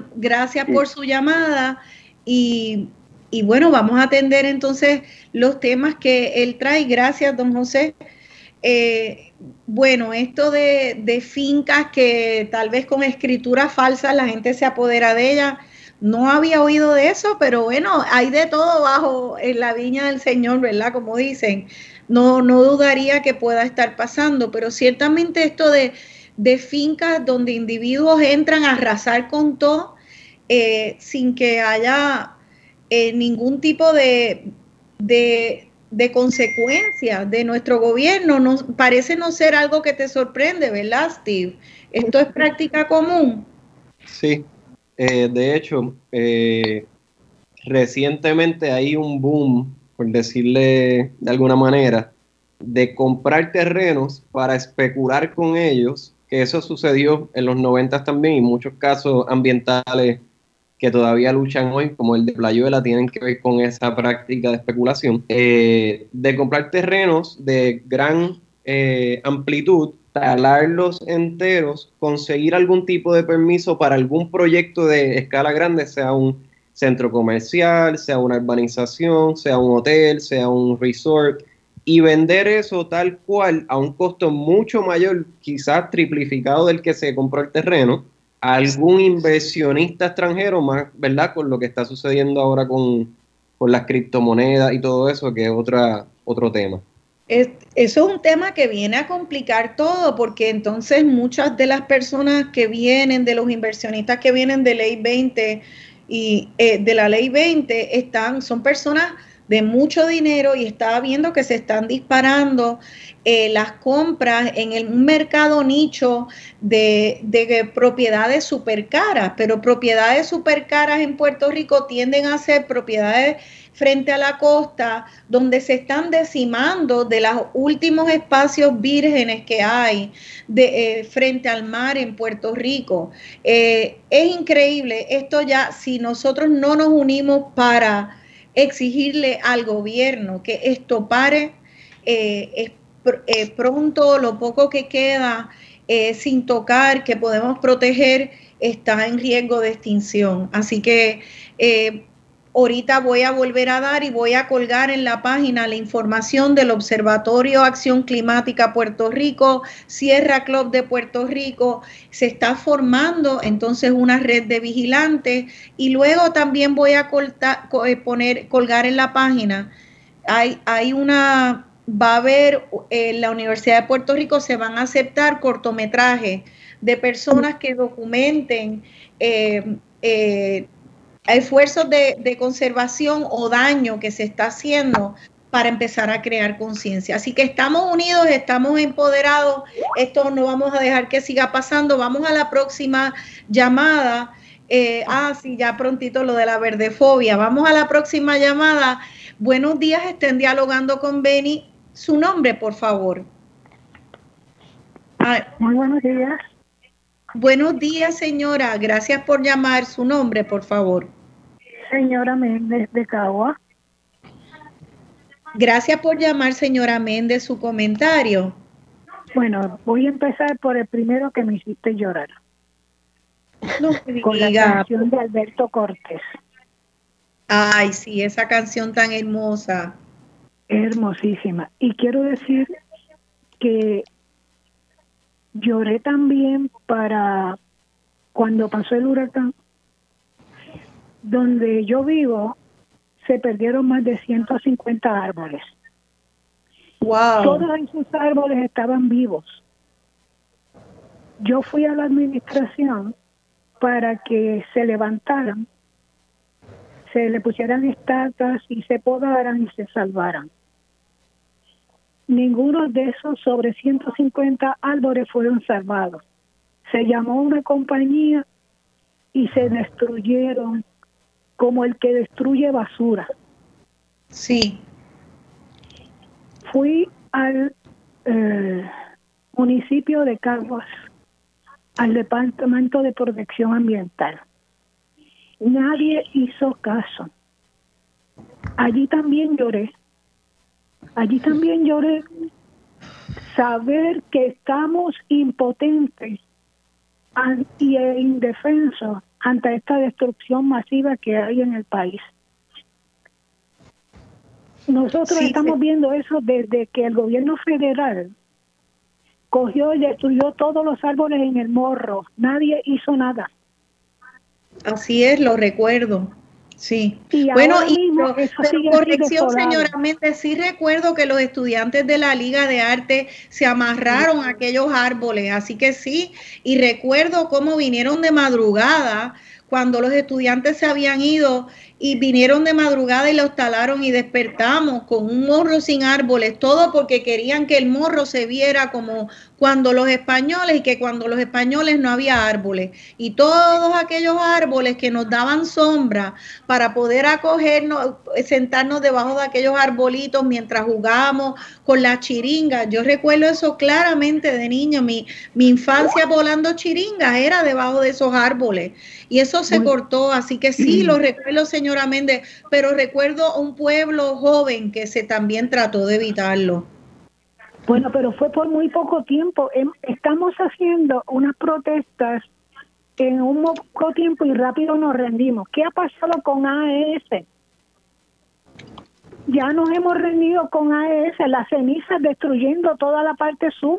por su llamada y bueno, vamos a atender entonces los temas que él trae. Gracias, don José. Bueno, esto de fincas que tal vez con escrituras falsas la gente se apodera de ellas, no había oído de eso, pero bueno, hay de todo bajo en la viña del Señor, ¿verdad? Como dicen, no dudaría que pueda estar pasando, pero ciertamente esto de fincas donde individuos entran a arrasar con todo sin que haya ningún tipo de consecuencias de nuestro gobierno, parece no ser algo que te sorprende, ¿verdad, Steve? ¿Esto es práctica común? Sí, de hecho, recientemente hay un boom, por decirle de alguna manera, de comprar terrenos para especular con ellos, que eso sucedió en los 90 también, y muchos casos ambientales que todavía luchan hoy, como el de Playuela, tienen que ver con esa práctica de especulación, de comprar terrenos de gran amplitud, talarlos enteros, conseguir algún tipo de permiso para algún proyecto de escala grande, sea un centro comercial, sea una urbanización, sea un hotel, sea un resort, y vender eso tal cual a un costo mucho mayor, quizás triplificado del que se compró el terreno, a algún inversionista extranjero, más, ¿verdad? Con lo que está sucediendo ahora con las criptomonedas y todo eso, que es otro tema. Eso es un tema que viene a complicar todo, porque entonces muchas de las personas que vienen, de los inversionistas que vienen de Ley 20 y de la Ley 20, son personas de mucho dinero y estaba viendo que se están disparando las compras en un mercado nicho de propiedades súper caras, pero propiedades súper caras en Puerto Rico tienden a ser propiedades frente a la costa, donde se están decimando de los últimos espacios vírgenes que hay frente al mar en Puerto Rico. Es increíble, esto ya, si nosotros no nos unimos para exigirle al gobierno que esto pare, pronto lo poco que queda sin tocar, que podemos proteger, está en riesgo de extinción. Así que ahorita voy a volver a dar y voy a colgar en la página la información del Observatorio Acción Climática Puerto Rico, Sierra Club de Puerto Rico. Se está formando entonces una red de vigilantes y luego también voy a colgar en la página. Va a haber en la Universidad de Puerto Rico, se van a aceptar cortometrajes de personas que documenten esfuerzos de conservación o daño que se está haciendo para empezar a crear conciencia. Así que estamos unidos, estamos empoderados, esto no vamos a dejar que siga pasando. Vamos a la próxima llamada. Sí, ya prontito lo de la verdefobia. Vamos a la próxima llamada. Buenos días, estén dialogando con Beni. Su nombre, por favor. Muy buenos días. Buenos días, señora. Gracias por llamar. Su nombre, por favor. Señora Méndez de Cagua. Gracias por llamar, señora Méndez, su comentario. Bueno, voy a empezar por el primero que me hiciste llorar. No con la canción de Alberto Cortés. Ay, sí, esa canción tan hermosa. Hermosísima. Y quiero decir que lloré también para cuando pasó el huracán. Donde yo vivo, se perdieron más de 150 árboles. Wow. Todos esos árboles estaban vivos. Yo fui a la administración para que se levantaran, se le pusieran estacas y se podaran y se salvaran. Ninguno de esos sobre 150 árboles fueron salvados. Se llamó una compañía y se destruyeron como el que destruye basura. Sí. Fui al municipio de Caguas, al Departamento de Protección Ambiental. Nadie hizo caso. Allí también lloré. Saber que estamos impotentes y indefensos ante esta destrucción masiva que hay en el país. Nosotros estamos viendo eso desde que el gobierno federal cogió y destruyó todos los árboles en el Morro. Nadie hizo nada. Así es, lo recuerdo. Sí. Y bueno, pero corrección, señora Méndez, sí recuerdo que los estudiantes de la Liga de Arte se amarraron a aquellos árboles, así que sí, y recuerdo cómo vinieron de madrugada cuando los estudiantes se habían ido y vinieron de madrugada y los talaron y despertamos con un morro sin árboles, todo porque querían que el morro se viera como cuando los españoles, y que cuando los españoles no había árboles, y todos aquellos árboles que nos daban sombra para poder acogernos, sentarnos debajo de aquellos arbolitos mientras jugábamos con las chiringas. Yo recuerdo eso claramente de niño, mi infancia volando chiringas era debajo de esos árboles, y eso se cortó, así que sí, lo recuerdo, señora Méndez, pero recuerdo un pueblo joven que se también trató de evitarlo. Bueno, pero fue por muy poco tiempo. Estamos haciendo unas protestas en un poco tiempo y rápido nos rendimos. ¿Qué ha pasado con AES? Ya nos hemos rendido con AES, las cenizas destruyendo toda la parte sur.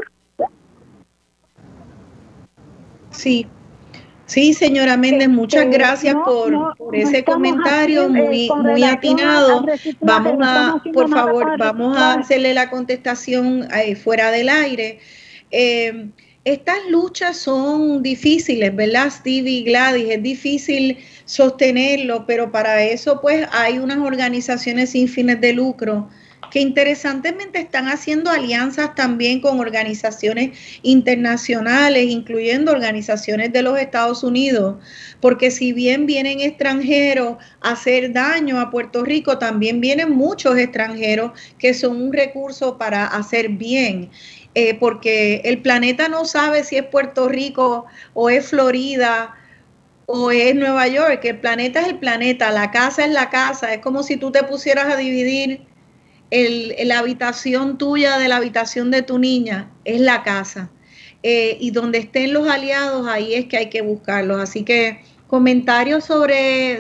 Sí. Sí, señora Méndez, muchas gracias por ese comentario muy atinado. Por favor, vamos a hacerle la contestación fuera del aire. Estas luchas son difíciles, ¿verdad, Stevie y Gladys? Es difícil sostenerlo, pero para eso pues hay unas organizaciones sin fines de lucro que interesantemente están haciendo alianzas también con organizaciones internacionales, incluyendo organizaciones de los Estados Unidos, porque si bien vienen extranjeros a hacer daño a Puerto Rico, también vienen muchos extranjeros que son un recurso para hacer bien. Porque el planeta no sabe si es Puerto Rico o es Florida o es Nueva York. El planeta es el planeta, la casa es la casa. Es como si tú te pusieras a dividir la habitación tuya de la habitación de tu niña, es la casa. Y donde estén los aliados, ahí es que hay que buscarlos. Así que comentarios sobre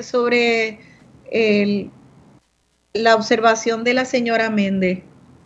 la observación de la señora Méndez.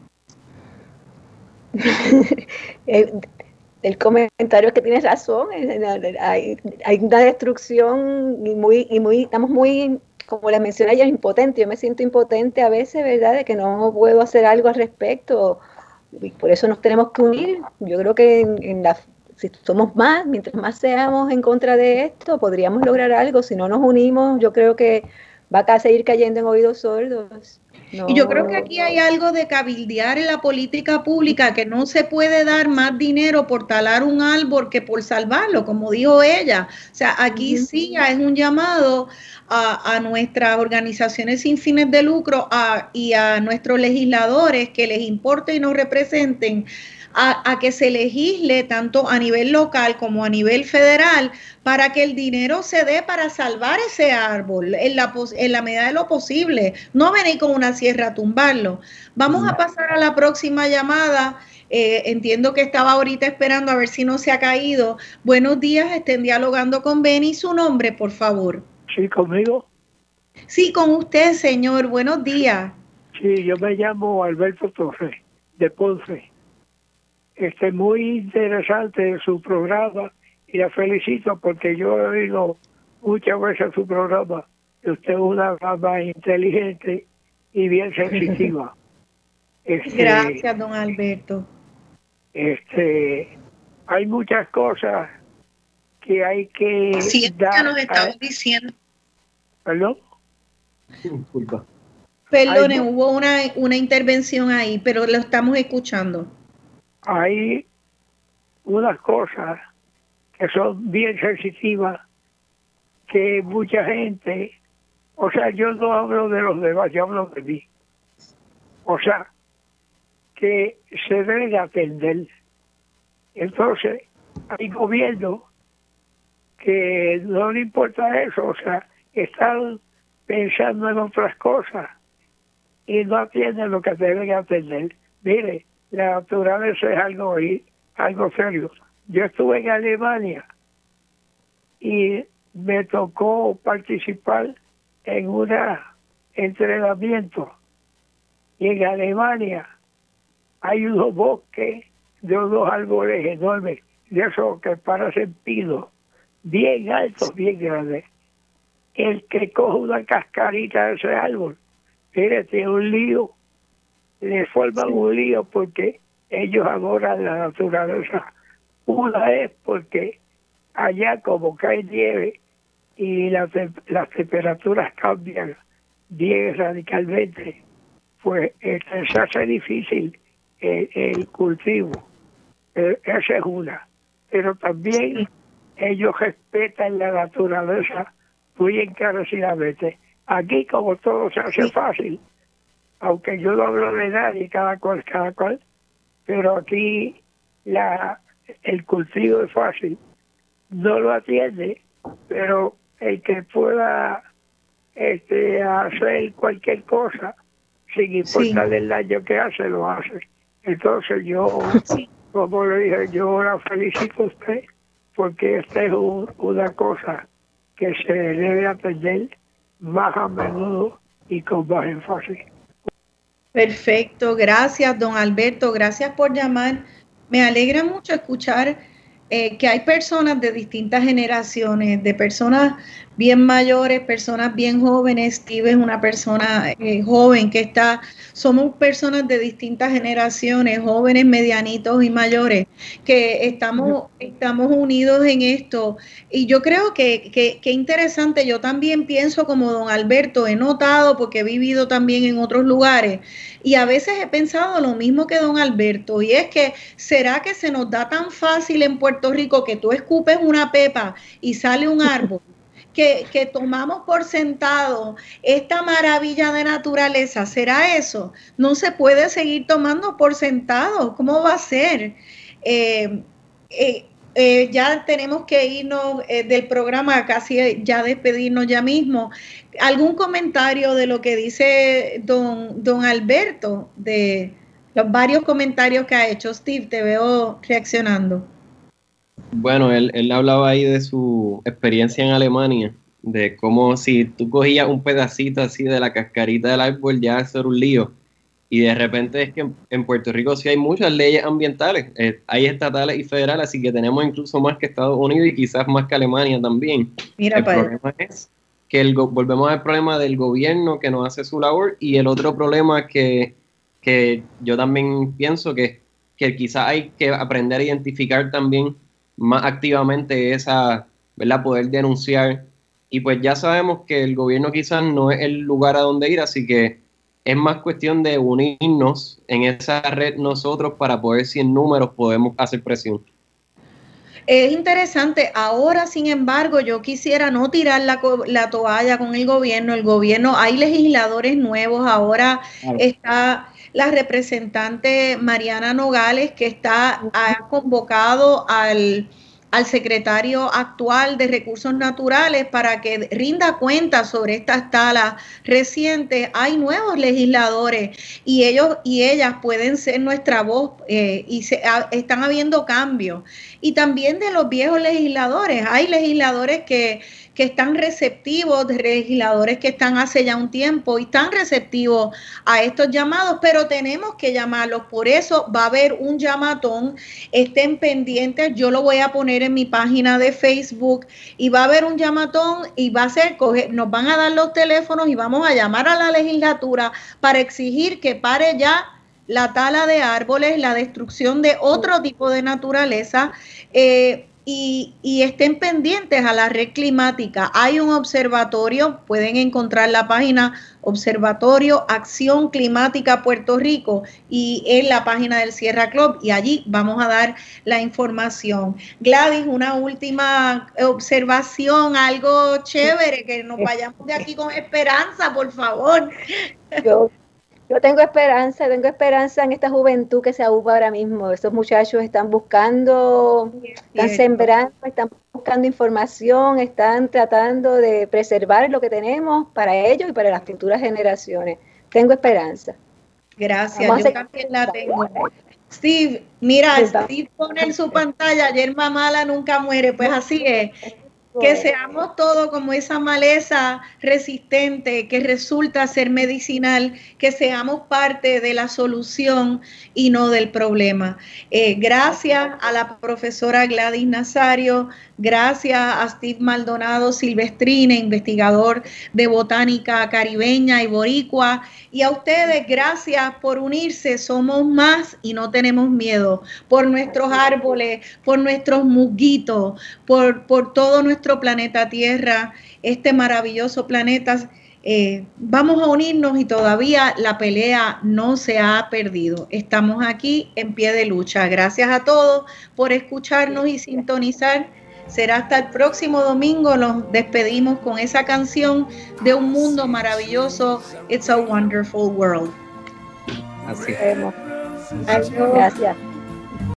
El comentario es que tienes razón, hay una destrucción y estamos muy, como les mencioné ya, impotente. Yo me siento impotente a veces, ¿verdad?, de que no puedo hacer algo al respecto, y por eso nos tenemos que unir. Yo creo que en la si somos más, mientras más seamos en contra de esto, podríamos lograr algo. Si no nos unimos, yo creo que va a seguir cayendo en oídos sordos. No. Y yo creo que aquí hay algo de cabildear en la política pública, que no se puede dar más dinero por talar un árbol que por salvarlo, como dijo ella. O sea, aquí sí es un llamado a nuestras organizaciones sin fines de lucro y a nuestros legisladores que les importe y nos representen, a que se legisle tanto a nivel local como a nivel federal para que el dinero se dé para salvar ese árbol en la medida de lo posible, no venir con una sierra a tumbarlo. Vamos a pasar a la próxima llamada. Entiendo que estaba ahorita esperando a ver si no se ha caído. Buenos días, estén dialogando con Beni. ¿Su nombre, por favor? Sí, ¿conmigo? Sí, con usted, señor. Buenos días. Sí, yo me llamo Alberto Torres, de Ponce. Muy interesante su programa y la felicito porque yo he oído muchas veces su programa y usted es una dama inteligente y bien sensitiva. Gracias, don Alberto. Hay muchas cosas que hay que sí, dar. Nos estamos diciendo. ¿Perdón? Disculpa. Perdone, hubo una intervención ahí, pero lo estamos escuchando. Hay unas cosas que son bien sensitivas que mucha gente, o sea, yo no hablo de los demás, yo hablo de mí. O sea, que se debe atender. Entonces, hay gobiernos que no le importa eso, o sea, están pensando en otras cosas y no atienden lo que deben atender. Mire, la naturaleza es algo serio. Yo estuve en Alemania y me tocó participar en un entrenamiento. Y en Alemania hay unos bosques de unos árboles enormes, de esos que parecen pinos, bien altos, bien grandes. El que coge una cascarita de ese árbol, mire, tiene un lío, le forman un lío porque ellos adoran la naturaleza. Una es porque allá como cae nieve y las temperaturas cambian bien radicalmente, pues se hace difícil el cultivo. Esa es una. Pero también ellos respetan la naturaleza muy encarecidamente. Aquí como todo se hace fácil, aunque yo no hablo de nadie, cada cual, pero aquí el cultivo es fácil. No lo atiende, pero el que pueda hacer cualquier cosa, sin importar el daño que hace, lo hace. Entonces yo, como le dije, yo la felicito a usted, porque esta es una cosa que se debe atender más a menudo y con más énfasis. Perfecto, gracias, don Alberto, gracias por llamar. Me alegra mucho escuchar que hay personas de distintas generaciones, de personas bien mayores, personas bien jóvenes. Steve es una persona joven que somos personas de distintas generaciones, jóvenes, medianitos y mayores, que estamos unidos en esto. Y yo creo que interesante, yo también pienso como don Alberto, he notado porque he vivido también en otros lugares y a veces he pensado lo mismo que don Alberto, y es que ¿será que se nos da tan fácil en Puerto Rico que tú escupes una pepa y sale un árbol? Que tomamos por sentado esta maravilla de naturaleza. ¿Será eso? No se puede seguir tomando por sentado. ¿Cómo va a ser? Ya tenemos que irnos del programa, casi ya despedirnos ya mismo. ¿Algún comentario de lo que dice don Alberto, de los varios comentarios que ha hecho? Steve, te veo reaccionando. Bueno, él hablaba ahí de su experiencia en Alemania, de cómo si tú cogías un pedacito así de la cascarita del árbol, ya eso era un lío. Y de repente es que en Puerto Rico sí hay muchas leyes ambientales, hay estatales y federales, así que tenemos incluso más que Estados Unidos y quizás más que Alemania también. Mira, el problema es que volvemos al problema del gobierno que no hace su labor, y el otro problema que yo también pienso que quizás hay que aprender a identificar también más activamente esa, ¿verdad? Poder denunciar. Y pues ya sabemos que el gobierno quizás no es el lugar a donde ir, así que es más cuestión de unirnos en esa red nosotros para poder, si en números podemos hacer presión. Es interesante. Ahora, sin embargo, yo quisiera no tirar la toalla con el gobierno. Hay legisladores nuevos. Ahora está la representante Mariana Nogales, que ha convocado al secretario actual de Recursos Naturales para que rinda cuenta sobre estas talas recientes. Hay nuevos legisladores y ellos y ellas pueden ser nuestra voz, están habiendo cambios. Y también de los viejos legisladores. Hay legisladores que están receptivos, de legisladores que están hace ya un tiempo y están receptivos a estos llamados, pero tenemos que llamarlos. Por eso va a haber un llamatón. Estén pendientes, yo lo voy a poner en mi página de Facebook y va a haber un llamatón y va a ser, nos van a dar los teléfonos y vamos a llamar a la legislatura para exigir que pare ya la tala de árboles, la destrucción de otro tipo de naturaleza, y estén pendientes a la red climática. Hay un observatorio, pueden encontrar la página Observatorio Acción Climática Puerto Rico y en la página del Sierra Club, y allí vamos a dar la información. Gladys, una última observación, algo chévere, que nos vayamos de aquí con esperanza, por favor. Yo tengo esperanza en esta juventud que se aúpa ahora mismo. Estos muchachos están buscando, están sembrando, están buscando información, están tratando de preservar lo que tenemos para ellos y para las futuras generaciones. Tengo esperanza. Gracias, yo también la tengo. Steve, mira, Steve pone en su pantalla, yerba mala nunca muere, pues así es. Que seamos todos como esa maleza resistente que resulta ser medicinal, que seamos parte de la solución y no del problema. Gracias a la profesora Gladys Nazario, gracias a Steve Maldonado Silvestrine, investigador de botánica caribeña y boricua, y a ustedes, gracias por unirse. Somos más y no tenemos miedo, por nuestros árboles, por nuestros musguitos, por todo nuestro planeta Tierra, este maravilloso planeta. Vamos a unirnos y todavía la pelea no se ha perdido. Estamos aquí en pie de lucha. Gracias a todos por escucharnos y sintonizar. Será hasta el próximo domingo. Nos despedimos con esa canción de un mundo maravilloso, It's a Wonderful World. Así. Gracias.